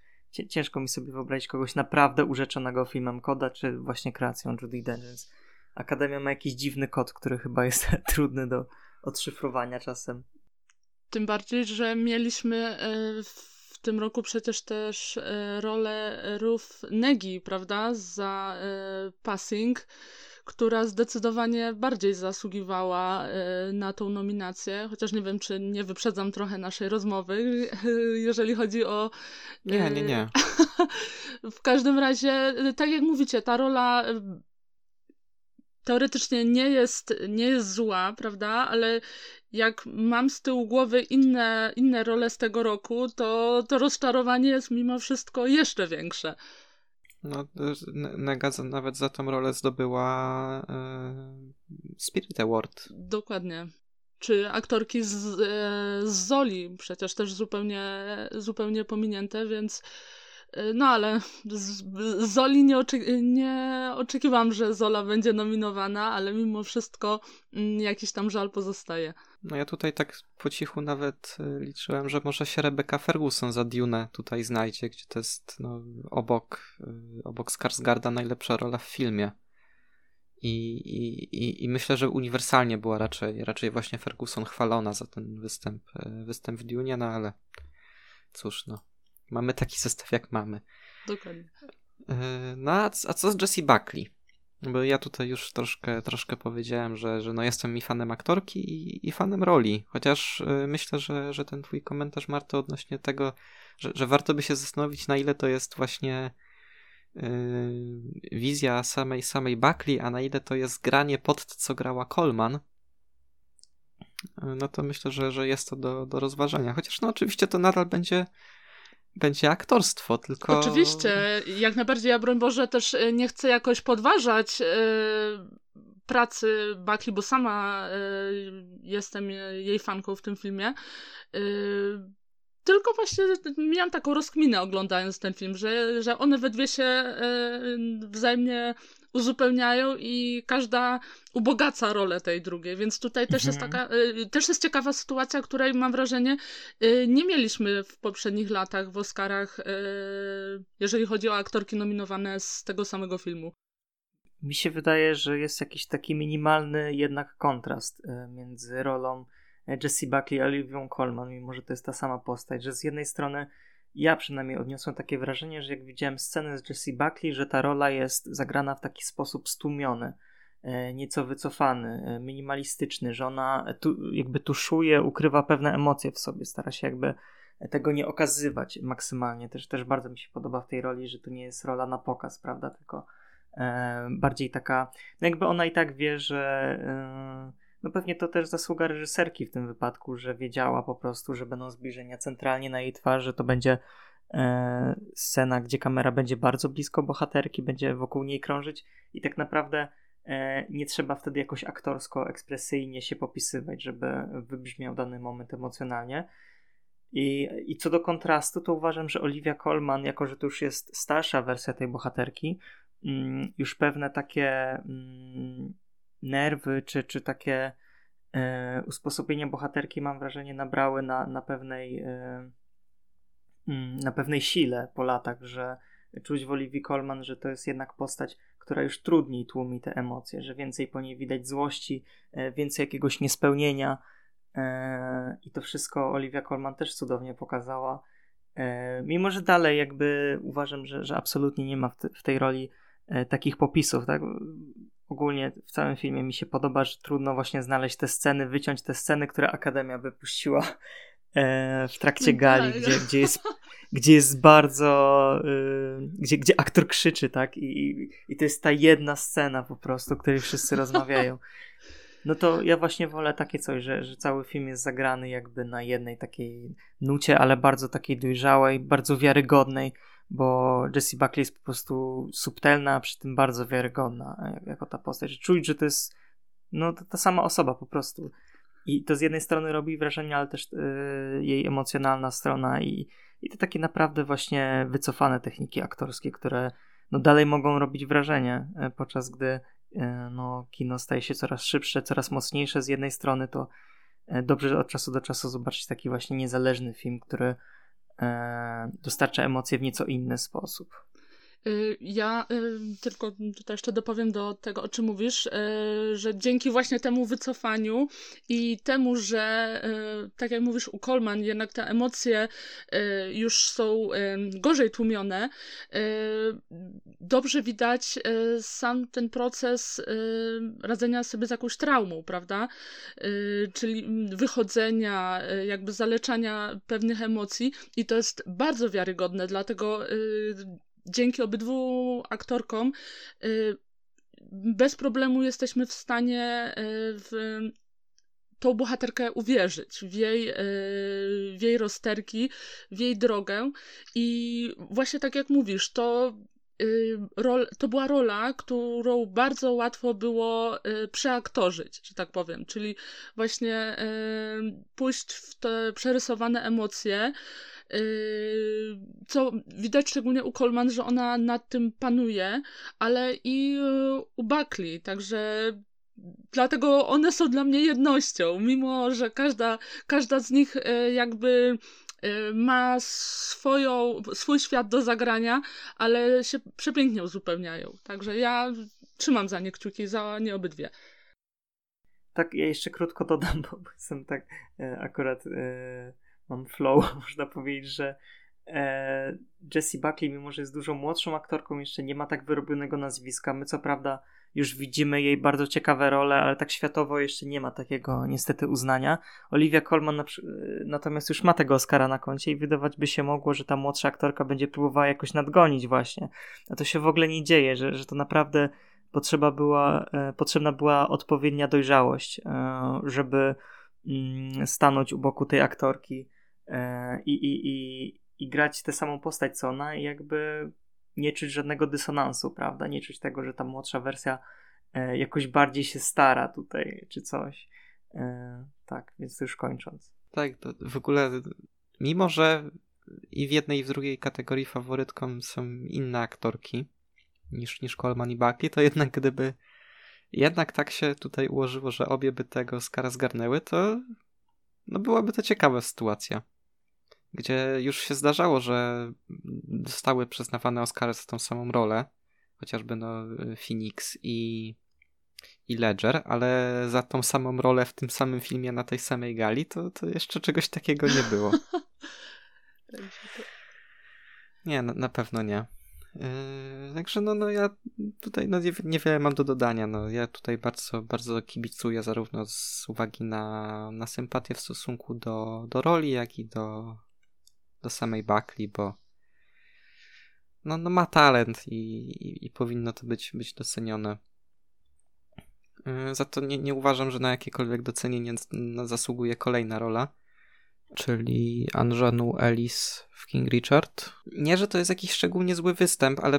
ciężko mi sobie wyobrazić kogoś naprawdę urzeczonego filmem Koda, czy właśnie kreacją Judi Dench, więc Akademia ma jakiś dziwny kod, który chyba jest trudny do odszyfrowania czasem. Tym bardziej, że mieliśmy w tym roku przecież też rolę Ruth Neggi, prawda, za Passing, która zdecydowanie bardziej zasługiwała na tą nominację, chociaż nie wiem, czy nie wyprzedzam trochę naszej rozmowy, jeżeli chodzi o... Nie. W każdym razie, tak jak mówicie, ta rola teoretycznie nie jest zła, prawda, ale jak mam z tyłu głowy inne role z tego roku, to rozczarowanie jest mimo wszystko jeszcze większe. No, Nega nawet za tą rolę zdobyła Spirit Award. Dokładnie. Czy aktorki z Zoli, przecież też zupełnie pominięte, więc no ale z Zoli nie oczekiwałam, że Zola będzie nominowana, ale mimo wszystko jakiś tam żal pozostaje. No ja tutaj tak po cichu nawet liczyłem, że może się Rebecca Ferguson za Dune tutaj znajdzie, gdzie to jest obok Skarsgarda najlepsza rola w filmie. I myślę, że uniwersalnie była raczej właśnie Ferguson chwalona za ten występ w Dune, no ale cóż, mamy taki zestaw jak mamy. Dokładnie. No a co z Jessie Buckley? Bo ja tutaj już troszkę powiedziałem, że jestem i fanem aktorki i fanem roli. Chociaż myślę, że ten twój komentarz, Marto, odnośnie tego, że warto by się zastanowić, na ile to jest właśnie wizja samej Buckley, a na ile to jest granie pod to, co grała Coleman, no to myślę, że jest to do rozważenia. Chociaż oczywiście to nadal będzie aktorstwo, tylko... Oczywiście, jak najbardziej, ja broń Boże też nie chcę jakoś podważać pracy Buckley, bo sama jestem jej fanką w tym filmie. Tylko właśnie miałam taką rozkminę oglądając ten film, że one we dwie się wzajemnie uzupełniają i każda ubogaca rolę tej drugiej, więc tutaj też jest też jest ciekawa sytuacja, której mam wrażenie nie mieliśmy w poprzednich latach w Oscarach, jeżeli chodzi o aktorki nominowane z tego samego filmu. Mi się wydaje, że jest jakiś taki minimalny jednak kontrast między rolą Jessie Buckley i Olivią Colman, mimo że to jest ta sama postać, że z jednej strony ja przynajmniej odniosłem takie wrażenie, że jak widziałem scenę z Jessie Buckley, że ta rola jest zagrana w taki sposób stłumiony, nieco wycofany, minimalistyczny, że ona jakby tuszuje, ukrywa pewne emocje w sobie, stara się jakby tego nie okazywać maksymalnie. Też bardzo mi się podoba w tej roli, że to nie jest rola na pokaz, prawda, tylko bardziej taka, no jakby ona i tak wie, że no pewnie to też zasługa reżyserki w tym wypadku, że wiedziała po prostu, że będą zbliżenia centralnie na jej twarzy, to będzie scena, gdzie kamera będzie bardzo blisko bohaterki, będzie wokół niej krążyć i tak naprawdę nie trzeba wtedy jakoś aktorsko, ekspresyjnie się popisywać, żeby wybrzmiał dany moment emocjonalnie. I co do kontrastu, to uważam, że Olivia Colman, jako że to już jest starsza wersja tej bohaterki, już pewne takie nerwy, czy takie usposobienia bohaterki, mam wrażenie, nabrały na pewnej sile po latach, że czuć w Olivii Colman, że to jest jednak postać, która już trudniej tłumi te emocje, że więcej po niej widać złości, więcej jakiegoś niespełnienia i to wszystko Olivia Colman też cudownie pokazała. Mimo że dalej jakby uważam, że absolutnie nie ma w tej roli takich popisów, tak? Ogólnie w całym filmie mi się podoba, że trudno właśnie znaleźć te sceny, wyciąć te sceny, które Akademia wypuściła w trakcie gali, gdzie jest bardzo gdzie aktor krzyczy, tak? I to jest ta jedna scena po prostu, o której wszyscy rozmawiają. No to ja właśnie wolę takie coś, że cały film jest zagrany jakby na jednej takiej nucie, ale bardzo takiej dojrzałej, bardzo wiarygodnej, bo Jessie Buckley jest po prostu subtelna, a przy tym bardzo wiarygodna jako ta postać. Że czuć, że to jest ta sama osoba po prostu. I to z jednej strony robi wrażenie, ale też jej emocjonalna strona i te takie naprawdę właśnie wycofane techniki aktorskie, które dalej mogą robić wrażenie, podczas gdy kino staje się coraz szybsze, coraz mocniejsze z jednej strony, to dobrze od czasu do czasu zobaczyć taki właśnie niezależny film, który dostarcza emocje w nieco inny sposób. Ja tylko tutaj jeszcze dopowiem do tego, o czym mówisz, że dzięki właśnie temu wycofaniu i temu, że tak jak mówisz u Coleman, jednak te emocje już są gorzej tłumione, dobrze widać sam ten proces radzenia sobie z jakąś traumą, prawda? Czyli wychodzenia, jakby zaleczania pewnych emocji i to jest bardzo wiarygodne, dlatego dzięki obydwu aktorkom bez problemu jesteśmy w stanie w tą bohaterkę uwierzyć, w jej rozterki, w jej drogę i właśnie tak jak mówisz, to była rola, którą bardzo łatwo było przeaktorzyć, że tak powiem, czyli właśnie pójść w te przerysowane emocje, co widać szczególnie u Coleman, że ona nad tym panuje, ale i u Buckley, także dlatego one są dla mnie jednością, mimo że każda z nich jakby ma swój świat do zagrania, ale się przepięknie uzupełniają. Także ja trzymam za nie kciuki, za nie obydwie. Tak, ja jeszcze krótko dodam, bo jestem tak akurat mam flow, można powiedzieć, że Jessie Buckley, mimo że jest dużo młodszą aktorką, jeszcze nie ma tak wyrobionego nazwiska. My co prawda już widzimy jej bardzo ciekawe role, ale tak światowo jeszcze nie ma takiego niestety uznania. Olivia Colman natomiast już ma tego Oscara na koncie i wydawać by się mogło, że ta młodsza aktorka będzie próbowała jakoś nadgonić właśnie. A to się w ogóle nie dzieje, że to naprawdę potrzebna była odpowiednia dojrzałość, żeby stanąć u boku tej aktorki i grać tę samą postać co ona i jakby nie czuć żadnego dysonansu, prawda? Nie czuć tego, że ta młodsza wersja jakoś bardziej się stara tutaj, czy coś. Tak, więc to już kończąc. Tak, to w ogóle mimo, że i w jednej i w drugiej kategorii faworytką są inne aktorki niż Colman i Buckley, to jednak gdyby jednak tak się tutaj ułożyło, że obie by tego Oscara zgarnęły, to no byłaby to ciekawa sytuacja. Gdzie już się zdarzało, że zostały przyznawane Oscary za tą samą rolę, chociażby Phoenix i Ledger, ale za tą samą rolę w tym samym filmie na tej samej gali, to jeszcze czegoś takiego nie było. Nie, na pewno nie. Także ja tutaj niewiele mam do dodania. Ja tutaj bardzo, bardzo kibicuję zarówno z uwagi na sympatię w stosunku do roli, jak i do samej Buckley, bo ma talent i powinno to być docenione. Za to nie uważam, że na jakiekolwiek docenienie zasługuje kolejna rola, czyli Anjanou Ellis w King Richard. Nie, że to jest jakiś szczególnie zły występ, ale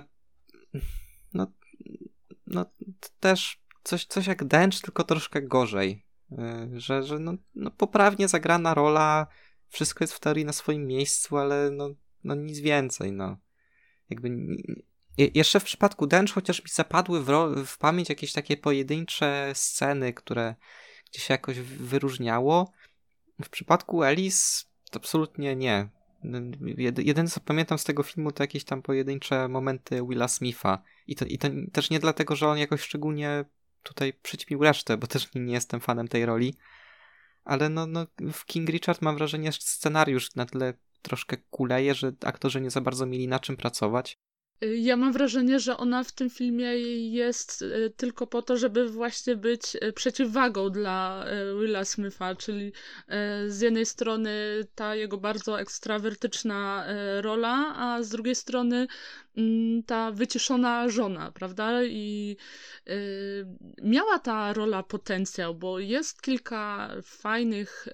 też coś jak Dench, tylko troszkę gorzej. Że poprawnie zagrana rola, wszystko jest w teorii na swoim miejscu, ale nic więcej. Jakby jeszcze w przypadku Dench chociaż mi zapadły w pamięć jakieś takie pojedyncze sceny, które gdzieś się jakoś wyróżniało. W przypadku Ellis to absolutnie nie. Jedyne co pamiętam z tego filmu to jakieś tam pojedyncze momenty Willa Smitha. I to też nie dlatego, że on jakoś szczególnie tutaj przyćmił resztę, bo też nie jestem fanem tej roli. Ale w King Richard mam wrażenie, że scenariusz na tyle troszkę kuleje, że aktorzy nie za bardzo mieli na czym pracować. Ja mam wrażenie, że ona w tym filmie jest tylko po to, żeby właśnie być przeciwwagą dla Willa Smitha, czyli z jednej strony ta jego bardzo ekstrawertyczna rola, a z drugiej strony ta wyciszona żona, prawda? I miała ta rola potencjał, bo jest kilka fajnych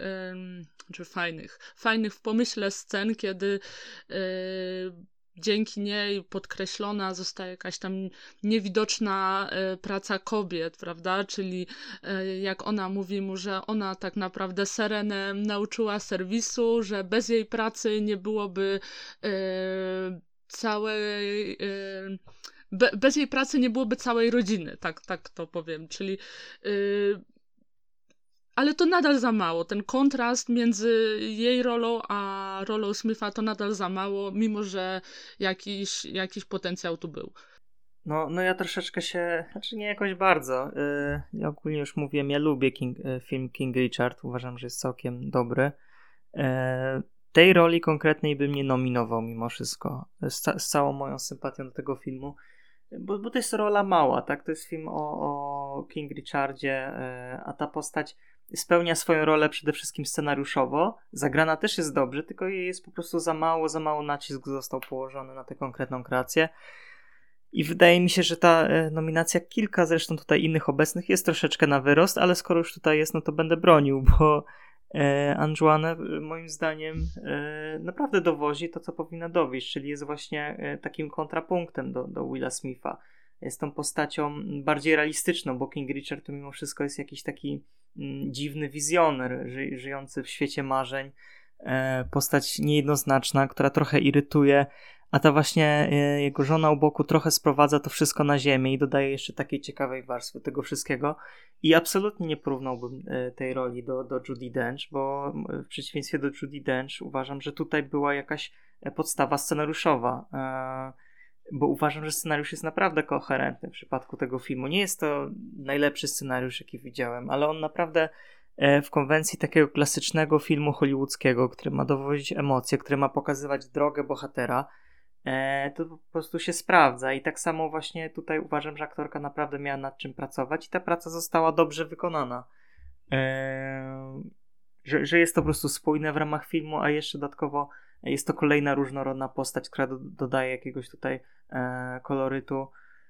w pomyśle scen, kiedy dzięki niej podkreślona zostaje jakaś tam niewidoczna praca kobiet, prawda? Czyli jak ona mówi mu, że ona tak naprawdę Serenę nauczyła serwisu, że bez jej pracy nie byłoby bez jej pracy nie byłoby całej rodziny, tak to powiem. Czyli ale to nadal za mało. Ten kontrast między jej rolą a rolą Smitha to nadal za mało, mimo że jakiś potencjał tu był. No ja troszeczkę znaczy nie jakoś bardzo. Ja ogólnie już mówiłem, ja lubię film King Richard, uważam, że jest całkiem dobry. Tej roli konkretnej bym nie nominował mimo wszystko, z całą moją sympatią do tego filmu, bo to jest rola mała, tak? To jest film o King Richardzie, a ta postać spełnia swoją rolę przede wszystkim scenariuszowo, zagrana też jest dobrze, tylko jej jest po prostu za mało nacisk został położony na tę konkretną kreację. I wydaje mi się, że ta nominacja, kilka zresztą tutaj innych obecnych, jest troszeczkę na wyrost, ale skoro już tutaj jest, no to będę bronił, bo Anjuane moim zdaniem naprawdę dowozi to, co powinna dowieść, czyli jest właśnie takim kontrapunktem do Willa Smitha. Jest tą postacią bardziej realistyczną, bo King Richard to mimo wszystko jest jakiś taki dziwny wizjoner, żyjący w świecie marzeń, postać niejednoznaczna, która trochę irytuje, a ta właśnie jego żona u boku trochę sprowadza to wszystko na ziemię i dodaje jeszcze takiej ciekawej warstwy tego wszystkiego. I absolutnie nie porównałbym tej roli do Judi Dench, bo w przeciwieństwie do Judi Dench uważam, że tutaj była jakaś podstawa scenariuszowa, bo uważam, że scenariusz jest naprawdę koherentny w przypadku tego filmu. Nie jest to najlepszy scenariusz, jaki widziałem, ale on naprawdę w konwencji takiego klasycznego filmu hollywoodzkiego, który ma dowodzić emocje, który ma pokazywać drogę bohatera, to po prostu się sprawdza i tak samo właśnie tutaj uważam, że aktorka naprawdę miała nad czym pracować i ta praca została dobrze wykonana. Że jest to po prostu spójne w ramach filmu, a jeszcze dodatkowo jest to kolejna różnorodna postać, która dodaje jakiegoś tutaj kolorytu.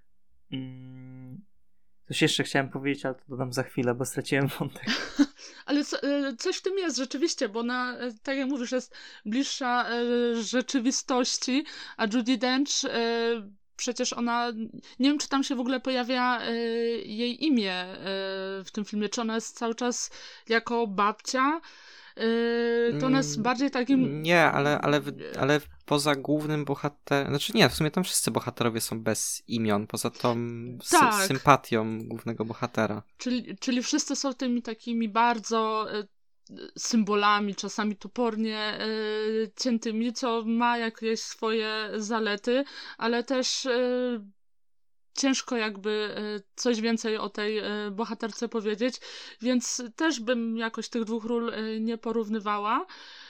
Coś jeszcze chciałem powiedzieć, ale to dodam za chwilę, bo straciłem wątek. Ale coś w tym jest rzeczywiście, bo ona, tak jak mówisz, jest bliższa rzeczywistości, a Judi Dench przecież ona, nie wiem, czy tam się w ogóle pojawia jej imię w tym filmie, czy ona jest cały czas jako babcia, to ona jest bardziej takim... Nie, ale poza głównym bohaterem, znaczy nie, w sumie tam wszyscy bohaterowie są bez imion, poza tą sympatią głównego bohatera. Czyli wszyscy są tymi takimi bardzo symbolami, czasami topornie ciętymi, co ma jakieś swoje zalety, ale też ciężko jakby coś więcej o tej bohaterce powiedzieć, więc też bym jakoś tych dwóch ról nie porównywała.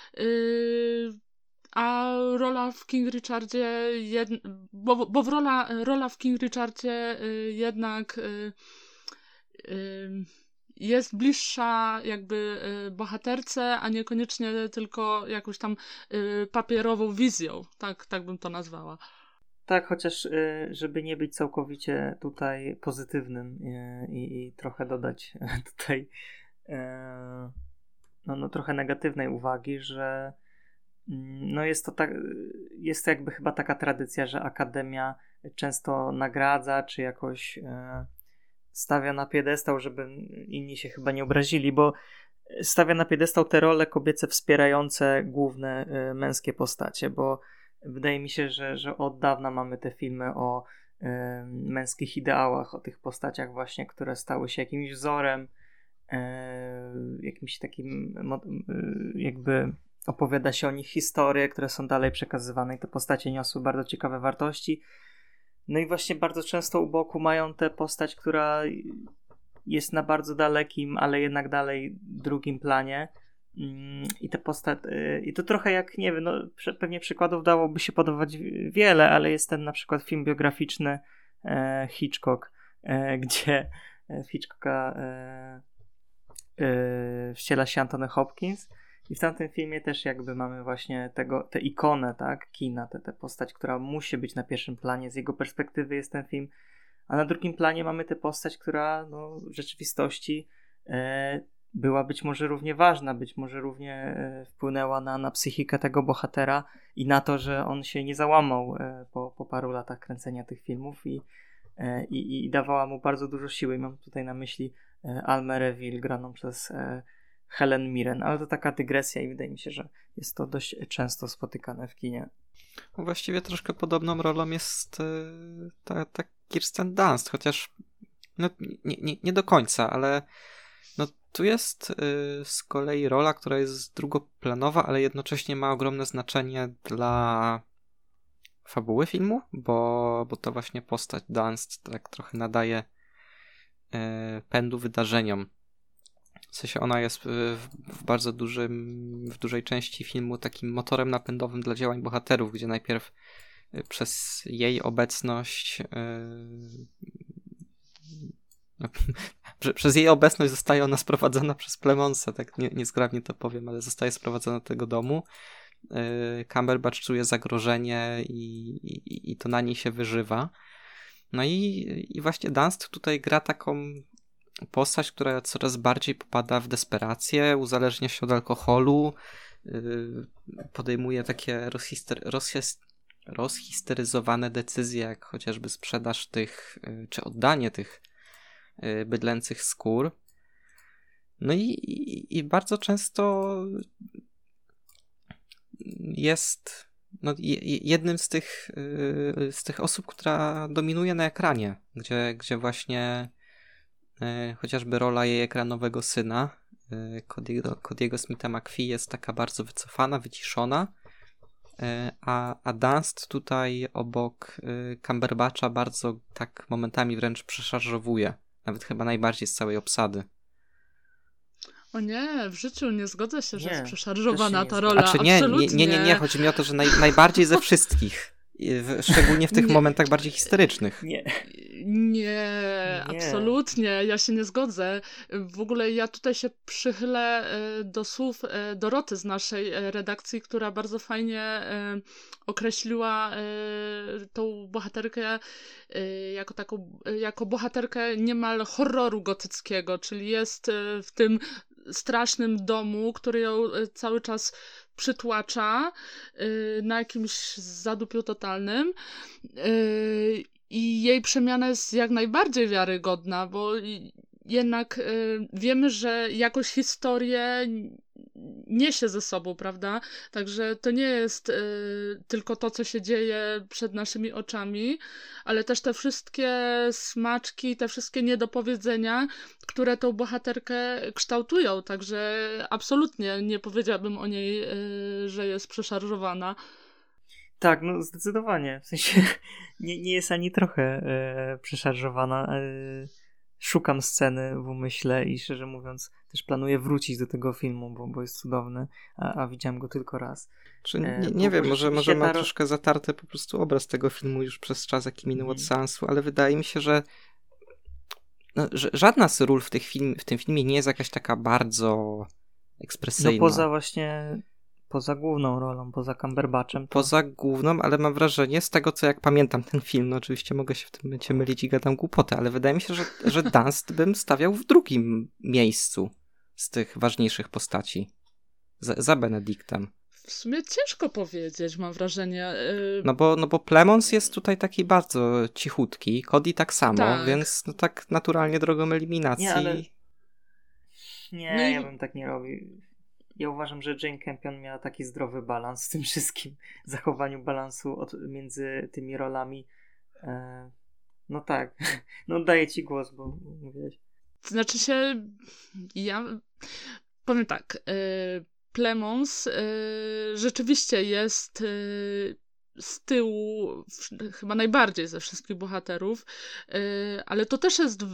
A rola w King Richardzie, bo rola w King Richardzie jednak jest bliższa jakby bohaterce, a niekoniecznie tylko jakąś tam papierową wizją, tak bym to nazwała. Tak, chociaż żeby nie być całkowicie tutaj pozytywnym i trochę dodać tutaj no trochę negatywnej uwagi, że no jest to jakby chyba taka tradycja, że Akademia często nagradza, czy jakoś stawia na piedestał, żeby inni się chyba nie obrazili, bo stawia na piedestał te role kobiece wspierające główne męskie postacie, bo wydaje mi się, że od dawna mamy te filmy o męskich ideałach, o tych postaciach właśnie, które stały się jakimś wzorem, jakimś takim jakby opowiada się o nich historie, które są dalej przekazywane i te postacie niosły bardzo ciekawe wartości. No i właśnie bardzo często u boku mają tę postać, która jest na bardzo dalekim, ale jednak dalej drugim planie. I te i to trochę jak, nie wiem, no pewnie przykładów dałoby się podawać wiele, ale jest ten na przykład film biograficzny Hitchcock, gdzie w Hitchcocka wciela się Anthony Hopkins i w tamtym filmie też jakby mamy właśnie tę ikonę, tak, kina, tę postać, która musi być na pierwszym planie, z jego perspektywy jest ten film, a na drugim planie mamy tę postać, która no, w rzeczywistości była być może równie ważna, być może równie wpłynęła na psychikę tego bohatera i na to, że on się nie załamał po paru latach kręcenia tych filmów i dawała mu bardzo dużo siły. I mam tutaj na myśli Almę Reville graną przez Helen Mirren, ale to taka dygresja i wydaje mi się, że jest to dość często spotykane w kinie. Właściwie troszkę podobną rolą jest ta Kirsten Dunst, chociaż no, nie do końca, ale no, Tu jest z kolei rola, która jest drugoplanowa, ale jednocześnie ma ogromne znaczenie dla fabuły filmu, bo to właśnie postać Dunst tak trochę nadaje pędu wydarzeniom. W sensie ona jest w bardzo w dużej części filmu takim motorem napędowym dla działań bohaterów, gdzie najpierw przez jej obecność przez jej obecność zostaje ona sprowadzona przez Plemonsa, tak niezgrabnie to powiem, ale zostaje sprowadzona do tego domu. Cumberbatch czuje zagrożenie i to na niej się wyżywa. No i właśnie Dunst tutaj gra taką postać, która coraz bardziej popada w desperację, uzależnia się od alkoholu, podejmuje takie rozhisteryzowane decyzje, jak chociażby sprzedaż tych, czy oddanie tych bydlęcych skór. No i bardzo często jest jednym z tych osób, która dominuje na ekranie, gdzie właśnie chociażby rola jej ekranowego syna, Cody'ego Smitha McPhee, jest taka bardzo wycofana, wyciszona, a Dunst tutaj obok Cumberbatcha bardzo tak momentami wręcz przeszarżowuje. Nawet chyba najbardziej z całej obsady. O nie, w życiu nie zgodzę się, że jest Nie, przeszarżowana też się ta nie rola. Znaczy Absolutnie. nie. Chodzi mi o to, że najbardziej ze wszystkich. Szczególnie w tych Nie. momentach bardziej historycznych. Nie, absolutnie, ja się nie zgodzę. W ogóle ja tutaj się przychylę do słów Doroty z naszej redakcji, która bardzo fajnie określiła tą bohaterkę jako bohaterkę niemal horroru gotyckiego, czyli jest w tym strasznym domu, który ją cały czas przytłacza na jakimś zadupiu totalnym. I jej przemiana jest jak najbardziej wiarygodna, bo jednak wiemy, że jakoś historię niesie ze sobą, prawda? Także to nie jest tylko to, co się dzieje przed naszymi oczami, ale też te wszystkie smaczki, te wszystkie niedopowiedzenia, które tą bohaterkę kształtują. Także absolutnie nie powiedziałabym o niej, że jest przeszarżowana. Tak, no zdecydowanie. W sensie nie jest ani trochę przeszarżowana. Szukam sceny w umyśle i szczerze mówiąc też planuję wrócić do tego filmu, bo jest cudowny, a widziałem go tylko raz. Czy nie wiem, może ma troszkę zatarty po prostu obraz tego filmu już przez czas, jaki minął od seansu, ale wydaje mi się, że żadna z ról w tym filmie nie jest jakaś taka bardzo ekspresyjna. No poza główną rolą, poza Cumberbatchem. Poza główną, ale mam wrażenie, z tego co jak pamiętam ten film, no oczywiście mogę się w tym momencie mylić i gadam głupoty, ale wydaje mi się, że Dunst bym stawiał w drugim miejscu z tych ważniejszych postaci. Za Benedictem. W sumie ciężko powiedzieć, mam wrażenie. No bo Plemons jest tutaj taki bardzo cichutki, Cody tak samo, tak. Więc no tak naturalnie drogą eliminacji. Ja bym tak nie robił. Ja uważam, że Jane Campion miała taki zdrowy balans w tym wszystkim, zachowaniu balansu między tymi rolami. No tak, no oddaję ci głos, bo mówiłeś. Znaczy się, ja powiem tak, Plemons rzeczywiście jest z tyłu chyba najbardziej ze wszystkich bohaterów, ale to też jest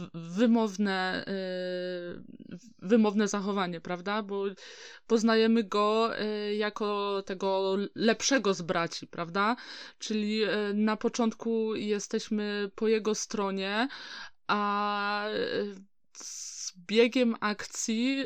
wymowne zachowanie, prawda? Bo poznajemy go jako tego lepszego z braci, prawda? Czyli na początku jesteśmy po jego stronie, a z biegiem akcji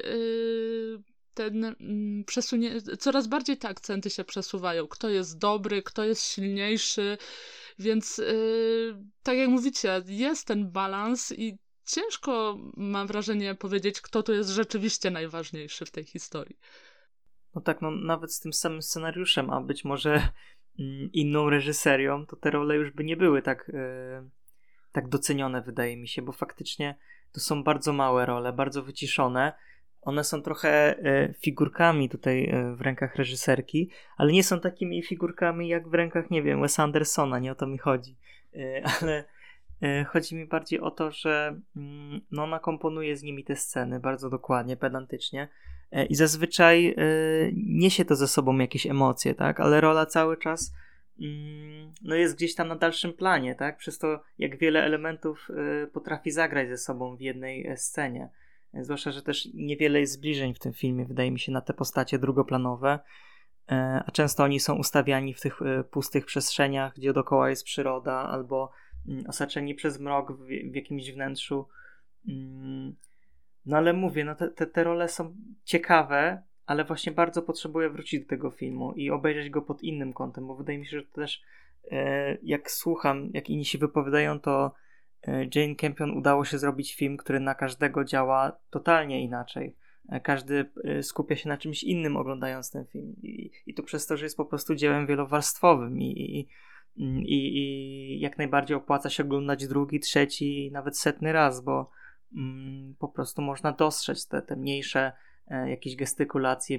coraz bardziej te akcenty się przesuwają. Kto jest dobry, kto jest silniejszy, więc tak jak mówicie, jest ten balans i ciężko, mam wrażenie, powiedzieć, kto tu jest rzeczywiście najważniejszy w tej historii. No tak, no nawet z tym samym scenariuszem, a być może inną reżyserią, to te role już by nie były tak docenione, wydaje mi się, bo faktycznie to są bardzo małe role, bardzo wyciszone. One są trochę figurkami tutaj w rękach reżyserki, ale nie są takimi figurkami jak w rękach, nie wiem, Wesa Andersona, nie o to mi chodzi. Chodzi mi bardziej o to, że no ona komponuje z nimi te sceny bardzo dokładnie, pedantycznie i zazwyczaj niesie to ze sobą jakieś emocje, tak? Ale rola cały czas no jest gdzieś tam na dalszym planie, tak? Przez to, jak wiele elementów potrafi zagrać ze sobą w jednej scenie. Zwłaszcza, że też niewiele jest zbliżeń w tym filmie, wydaje mi się, na te postacie drugoplanowe, a często oni są ustawiani w tych pustych przestrzeniach, gdzie dookoła jest przyroda, albo osaczeni przez mrok w jakimś wnętrzu. No ale mówię, no te role są ciekawe, ale właśnie bardzo potrzebuję wrócić do tego filmu i obejrzeć go pod innym kątem, bo wydaje mi się, że to też jak słucham, jak inni się wypowiadają, to Jane Campion udało się zrobić film, który na każdego działa totalnie inaczej. Każdy skupia się na czymś innym oglądając ten film i to przez to, że jest po prostu dziełem wielowarstwowym i jak najbardziej opłaca się oglądać drugi, trzeci, nawet 100 raz, bo po prostu można dostrzec te mniejsze jakieś gestykulacje,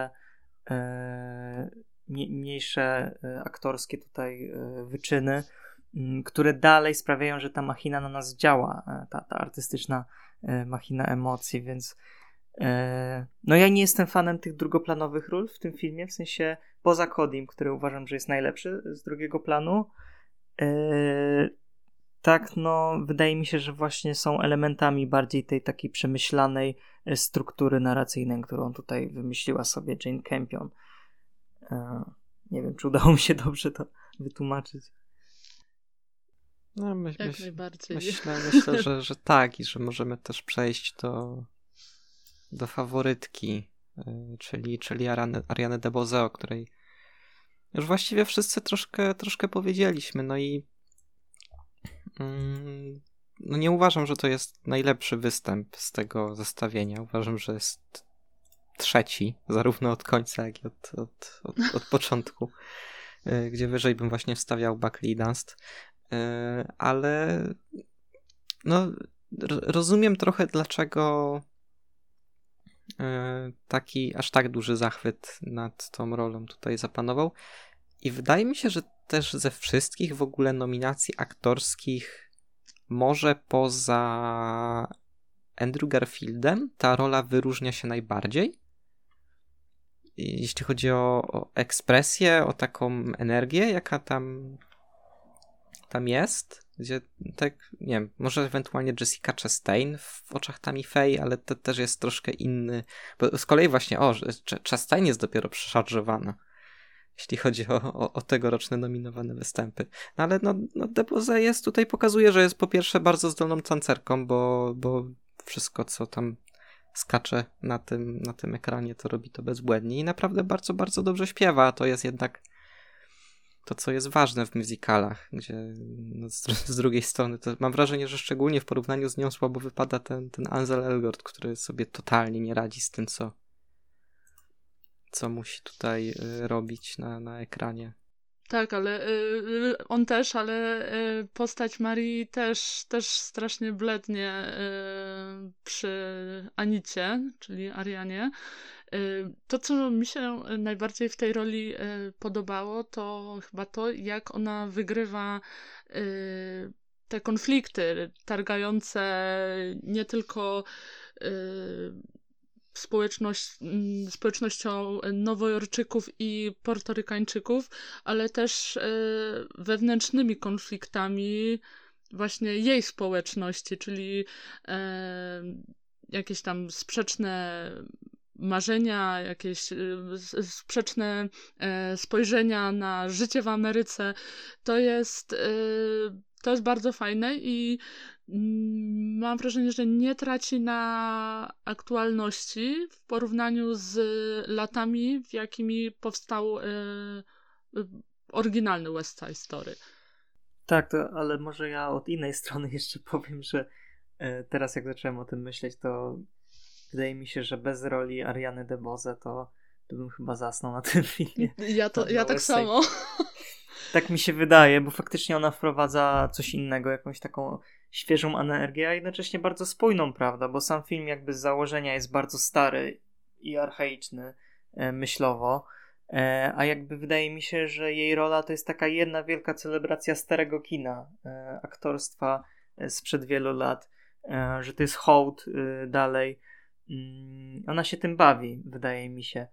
mniejsze aktorskie tutaj wyczyny, które dalej sprawiają, że ta machina na nas działa, ta artystyczna machina emocji, więc no ja nie jestem fanem tych drugoplanowych ról w tym filmie, w sensie poza Codym, który uważam, że jest najlepszy z drugiego planu. Tak, no wydaje mi się, że właśnie są elementami bardziej tej takiej przemyślanej struktury narracyjnej, którą tutaj wymyśliła sobie Jane Campion. Nie wiem, czy udało mi się dobrze to wytłumaczyć. No, jak najbardziej. Myślę, że tak i że możemy też przejść do faworytki, czyli Ariany DeBose, o której już właściwie wszyscy troszkę powiedzieliśmy. No i no nie uważam, że to jest najlepszy występ z tego zestawienia. Uważam, że jest trzeci, zarówno od końca, jak i od początku, gdzie wyżej bym właśnie wstawiał Buckley i Dunst. Ale no rozumiem trochę, dlaczego taki aż tak duży zachwyt nad tą rolą tutaj zapanował. I wydaje mi się, że też ze wszystkich w ogóle nominacji aktorskich, może poza Andrew Garfieldem, ta rola wyróżnia się najbardziej. Jeśli chodzi o ekspresję, o taką energię, jaka tam jest, gdzie tak, nie wiem, może ewentualnie Jessica Chastain w oczach Tammy Faye, ale to też jest troszkę inny, bo z kolei właśnie, Chastain jest dopiero przeszarżowana, jeśli chodzi o tegoroczne nominowane występy. No ale no DeBose jest tutaj, pokazuje, że jest po pierwsze bardzo zdolną tancerką, bo wszystko, co tam skacze na tym ekranie, to robi to bezbłędnie i naprawdę bardzo, bardzo dobrze śpiewa, a to jest jednak to, co jest ważne w musicalach, gdzie no, z drugiej strony to mam wrażenie, że szczególnie w porównaniu z nią słabo wypada ten Ansel Elgort, który sobie totalnie nie radzi z tym, co musi tutaj robić na ekranie. Tak, ale on też, ale postać Marii też strasznie blednie przy Anicie, czyli Arianie. To, co mi się najbardziej w tej roli podobało, to chyba to, jak ona wygrywa te konflikty targające nie tylko społecznością Nowojorczyków i Portorykańczyków, ale też wewnętrznymi konfliktami właśnie jej społeczności, czyli jakieś tam sprzeczne marzenia, jakieś sprzeczne spojrzenia na życie w Ameryce. To jest bardzo fajne i mam wrażenie, że nie traci na aktualności w porównaniu z latami, w jakimi powstał oryginalny West Side Story. Tak, ale może ja od innej strony jeszcze powiem, że teraz jak zacząłem o tym myśleć, to wydaje mi się, że bez roli Ariany DeBose to bym chyba zasnął na tym filmie. Ja tak samo. Tak mi się wydaje, bo faktycznie ona wprowadza coś innego, jakąś taką świeżą energię, a jednocześnie bardzo spójną, prawda? Bo sam film jakby z założenia jest bardzo stary i archaiczny myślowo, A jakby wydaje mi się, że jej rola to jest taka jedna wielka celebracja starego kina, aktorstwa sprzed wielu lat, że to jest hołd dalej. Ona się tym bawi, wydaje mi się.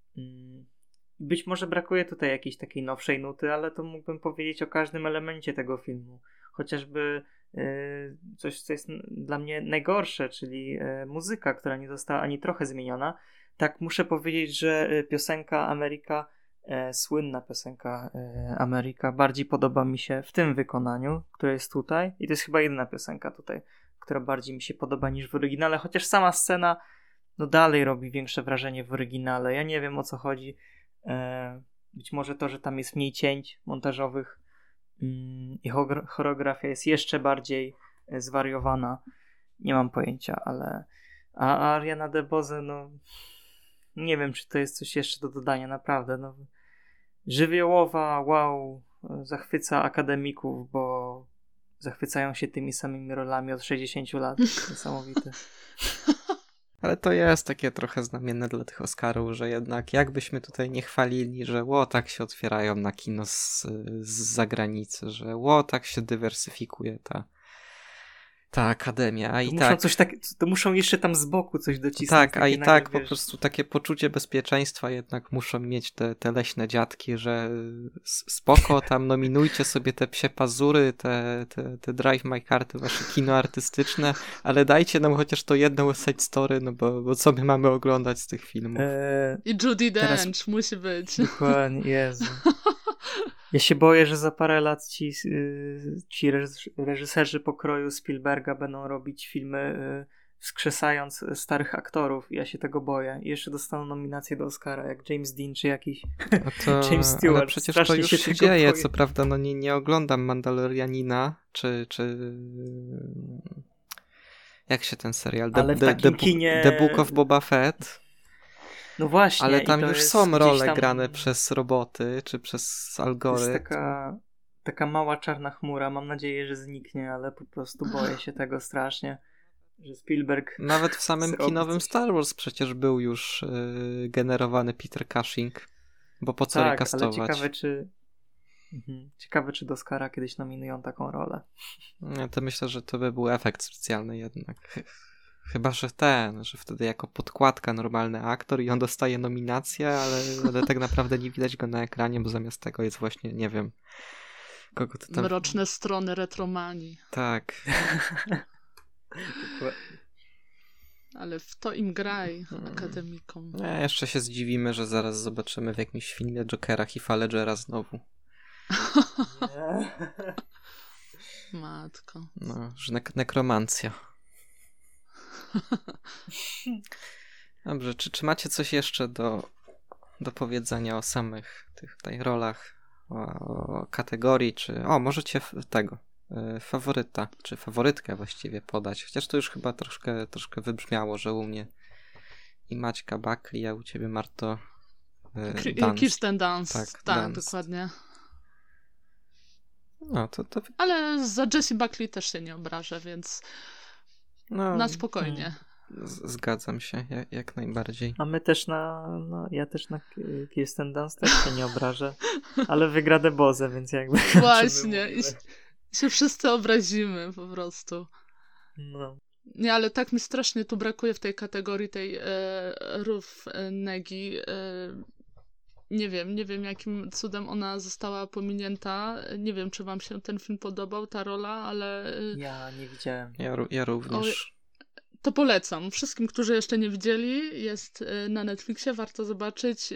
Być może brakuje tutaj jakiejś takiej nowszej nuty, ale to mógłbym powiedzieć o każdym elemencie tego filmu. Chociażby coś, co jest dla mnie najgorsze, czyli muzyka, która nie została ani trochę zmieniona. Tak, muszę powiedzieć, że piosenka Ameryka, słynna piosenka Ameryka, bardziej podoba mi się w tym wykonaniu, które jest tutaj. I to jest chyba jedyna piosenka tutaj, która bardziej mi się podoba niż w oryginale, chociaż sama scena no dalej robi większe wrażenie w oryginale. Ja nie wiem, o co chodzi. Być może to, że tam jest mniej cięć montażowych i choreografia jest jeszcze bardziej zwariowana. Nie mam pojęcia, ale a Ariana DeBose, no nie wiem, czy to jest coś jeszcze do dodania, naprawdę. No, żywiołowa, wow, zachwyca akademików, bo zachwycają się tymi samymi rolami od 60 lat. Niesamowite. Ale to jest takie trochę znamienne dla tych Oscarów, że jednak jakbyśmy tutaj nie chwalili, że tak się otwierają na kino z zagranicy, że tak się dywersyfikuje ta akademia, a i tak... To muszą jeszcze tam z boku coś docisnąć. Tak, a i tak po prostu takie poczucie bezpieczeństwa jednak muszą mieć te leśne dziadki, że spoko, tam nominujcie sobie te psie pazury, te Drive My Car, te wasze kino artystyczne, ale dajcie nam chociaż to jedno West Side Story, no bo co my mamy oglądać z tych filmów. I Judi Dench musi być. Dokładnie, Jezu. Ja się boję, że za parę lat ci reżyserzy pokroju Spielberga będą robić filmy wskrzesając starych aktorów. Ja się tego boję. I jeszcze dostaną nominację do Oscara, jak James Dean czy jakiś James Stewart. Ale przecież to już się dzieje, boję. Co prawda no nie oglądam Mandalorianina, czy jak się ten serial? The Book of Boba Fett. No właśnie. Ale tam już są role grane przez roboty, czy przez algorytm. To jest taka mała czarna chmura. Mam nadzieję, że zniknie, ale po prostu boję się tego strasznie, że Spielberg... Nawet w samym kinowym Star Wars przecież był już generowany Peter Cushing, bo po co recastować? Ale ciekawe, czy do Oscara kiedyś nominują taką rolę. Ja to myślę, że to by był efekt specjalny jednak. Chyba, że że wtedy jako podkładka normalny aktor i on dostaje nominację, ale tak naprawdę nie widać go na ekranie, bo zamiast tego jest właśnie, nie wiem, kogo to tam... Mroczne strony retromanii. Tak. Ale w to im graj, akademikom. Jeszcze się zdziwimy, że zaraz zobaczymy w jakimś filmie Jokera Heath'a Ledgera znowu. Matko. No, że nekromancja. Dobrze, czy macie coś jeszcze do powiedzenia o samych tych tutaj rolach, o kategorii, czy możecie faworyta, czy faworytkę właściwie podać, chociaż to już chyba troszkę wybrzmiało, że u mnie i Maćka Buckley, a u ciebie Marto Kirsten Dunst. Tak, Dunst. Dokładnie. No, to... Ale za Jessie Buckley też się nie obrażę, więc na spokojnie. Zgadzam się, jak najbardziej. A my też ja też na Kirsten Dunst też się nie obrażę, ale wygra DeBose, więc jakby... Właśnie, i się wszyscy obrazimy po prostu. No. Nie, ale tak mi strasznie tu brakuje w tej kategorii tej Ruth Neggi. Nie wiem jakim cudem ona została pominięta. Nie wiem, czy wam się ten film podobał, ta rola, ale... Ja nie widziałem. Ja również. To polecam. Wszystkim, którzy jeszcze nie widzieli, jest na Netflixie, warto zobaczyć.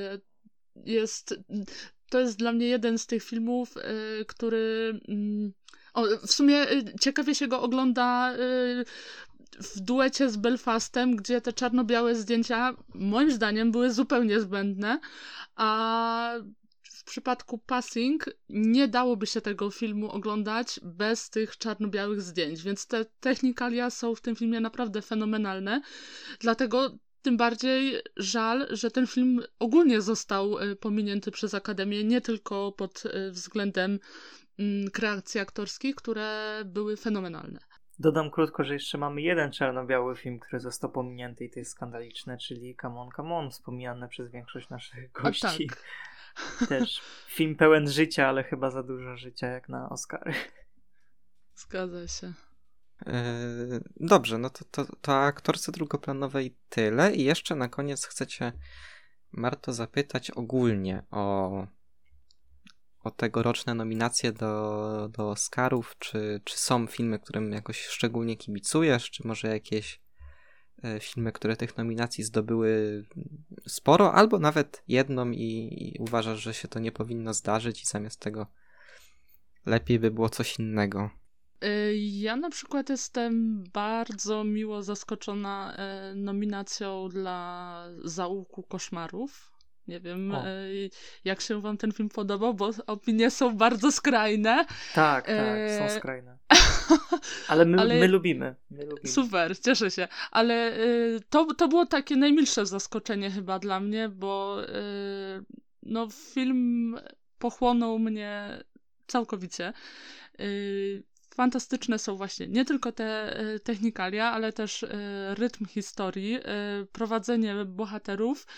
To jest dla mnie jeden z tych filmów, który... w sumie ciekawie się go ogląda w duecie z Belfastem, gdzie te czarno-białe zdjęcia moim zdaniem były zupełnie zbędne, a w przypadku Passing nie dałoby się tego filmu oglądać bez tych czarno-białych zdjęć, więc te technikalia są w tym filmie naprawdę fenomenalne, dlatego tym bardziej żal, że ten film ogólnie został pominięty przez Akademię, nie tylko pod względem kreacji aktorskich, które były fenomenalne. Dodam krótko, że jeszcze mamy jeden czarno-biały film, który został pominięty i to jest skandaliczne, czyli Come On, Come On, wspomniany przez większość naszych gości. Tak. Też film pełen życia, ale chyba za dużo życia jak na Oscary. Zgadza się. Dobrze, no to o aktorce drugoplanowej tyle i jeszcze na koniec chcecie, Marto, zapytać ogólnie o tegoroczne nominacje do Oscarów, czy są filmy, którym jakoś szczególnie kibicujesz, czy może jakieś filmy, które tych nominacji zdobyły sporo, albo nawet jedną i uważasz, że się to nie powinno zdarzyć i zamiast tego lepiej by było coś innego. Ja na przykład jestem bardzo miło zaskoczona nominacją dla Zaułku koszmarów. Nie wiem, jak się wam ten film podobał, bo opinie są bardzo skrajne. Tak, są skrajne. Ale my lubimy. Super, cieszę się. Ale to było takie najmilsze zaskoczenie chyba dla mnie, bo no film pochłonął mnie całkowicie. Fantastyczne są właśnie nie tylko te technikalia, ale też rytm historii, prowadzenie bohaterów.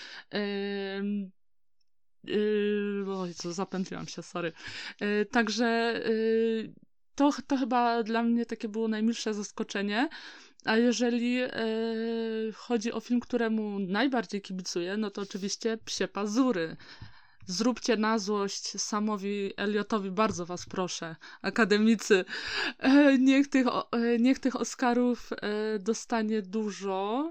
Oj, co zapętliłam się, sorry. Także to chyba dla mnie takie było najmilsze zaskoczenie. A jeżeli chodzi o film, któremu najbardziej kibicuję, no to oczywiście Psie Pazury. Zróbcie na złość Samowi Elliotowi, bardzo was proszę, akademicy. Niech tych Oscarów dostanie dużo.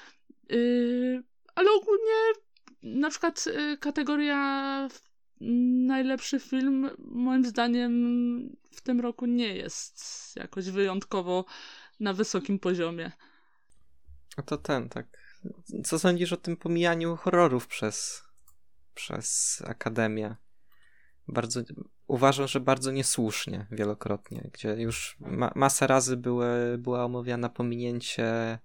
Ale ogólnie na przykład kategoria najlepszy film moim zdaniem w tym roku nie jest jakoś wyjątkowo na wysokim poziomie. A to tak. Co sądzisz o tym pomijaniu horrorów przez Akademię? Uważam, że bardzo niesłusznie wielokrotnie, gdzie już masę razy była omawiana pominięcie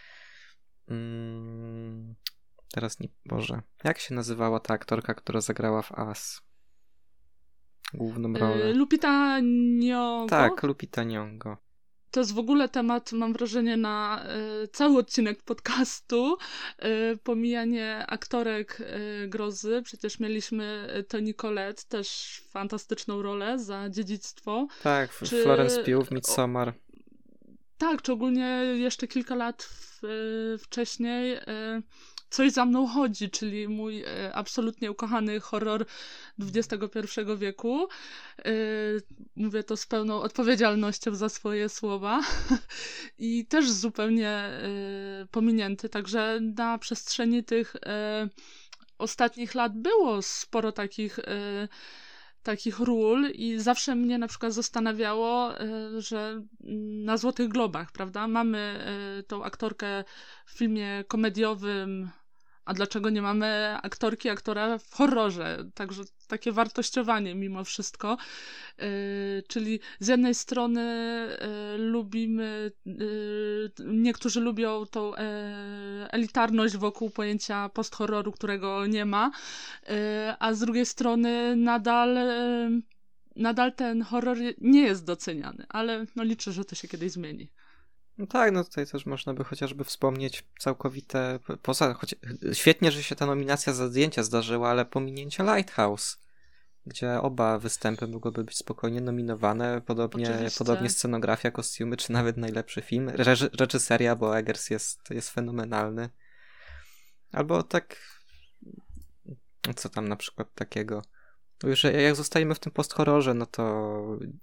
teraz nie... Boże. Jak się nazywała ta aktorka, która zagrała w Us? Główną rolę. Lupita Nyong'o? Tak, Lupita Nyong'o. To jest w ogóle temat, mam wrażenie, na cały odcinek podcastu. Pomijanie aktorek grozy. Przecież mieliśmy Toni Collette, też fantastyczną rolę za Dziedzictwo. Tak, Florence Pugh w Midsommar. Tak, czy ogólnie jeszcze kilka lat wcześniej Coś za mną chodzi, czyli mój absolutnie ukochany horror XXI wieku. Mówię to z pełną odpowiedzialnością za swoje słowa. I też zupełnie pominięty. Także na przestrzeni tych ostatnich lat było sporo takich ról i zawsze mnie na przykład zastanawiało, że na Złotych Globach, prawda, mamy tą aktorkę w filmie komediowym, a dlaczego nie mamy aktora w horrorze? Także takie wartościowanie mimo wszystko. Czyli z jednej strony lubimy, niektórzy lubią tą elitarność wokół pojęcia post-horroru, którego nie ma, a z drugiej strony nadal ten horror nie jest doceniany, ale no liczę, że to się kiedyś zmieni. No tak, no tutaj też można by chociażby wspomnieć całkowite, świetnie, że się ta nominacja za zdjęcia zdarzyła, ale pominięcie Lighthouse, gdzie oba występy mogłyby być spokojnie nominowane, podobnie scenografia, kostiumy, czy nawet najlepszy film, reżyseria, bo Eggers jest fenomenalny. Albo tak, co tam na przykład takiego, już jak zostajemy w tym post-horrorze, no to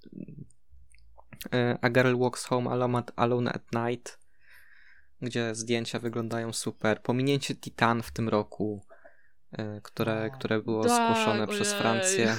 A Girl Walks Home Alone at Night, gdzie zdjęcia wyglądają super. Pominięcie Titan w tym roku, które było zgłoszone przez Francję.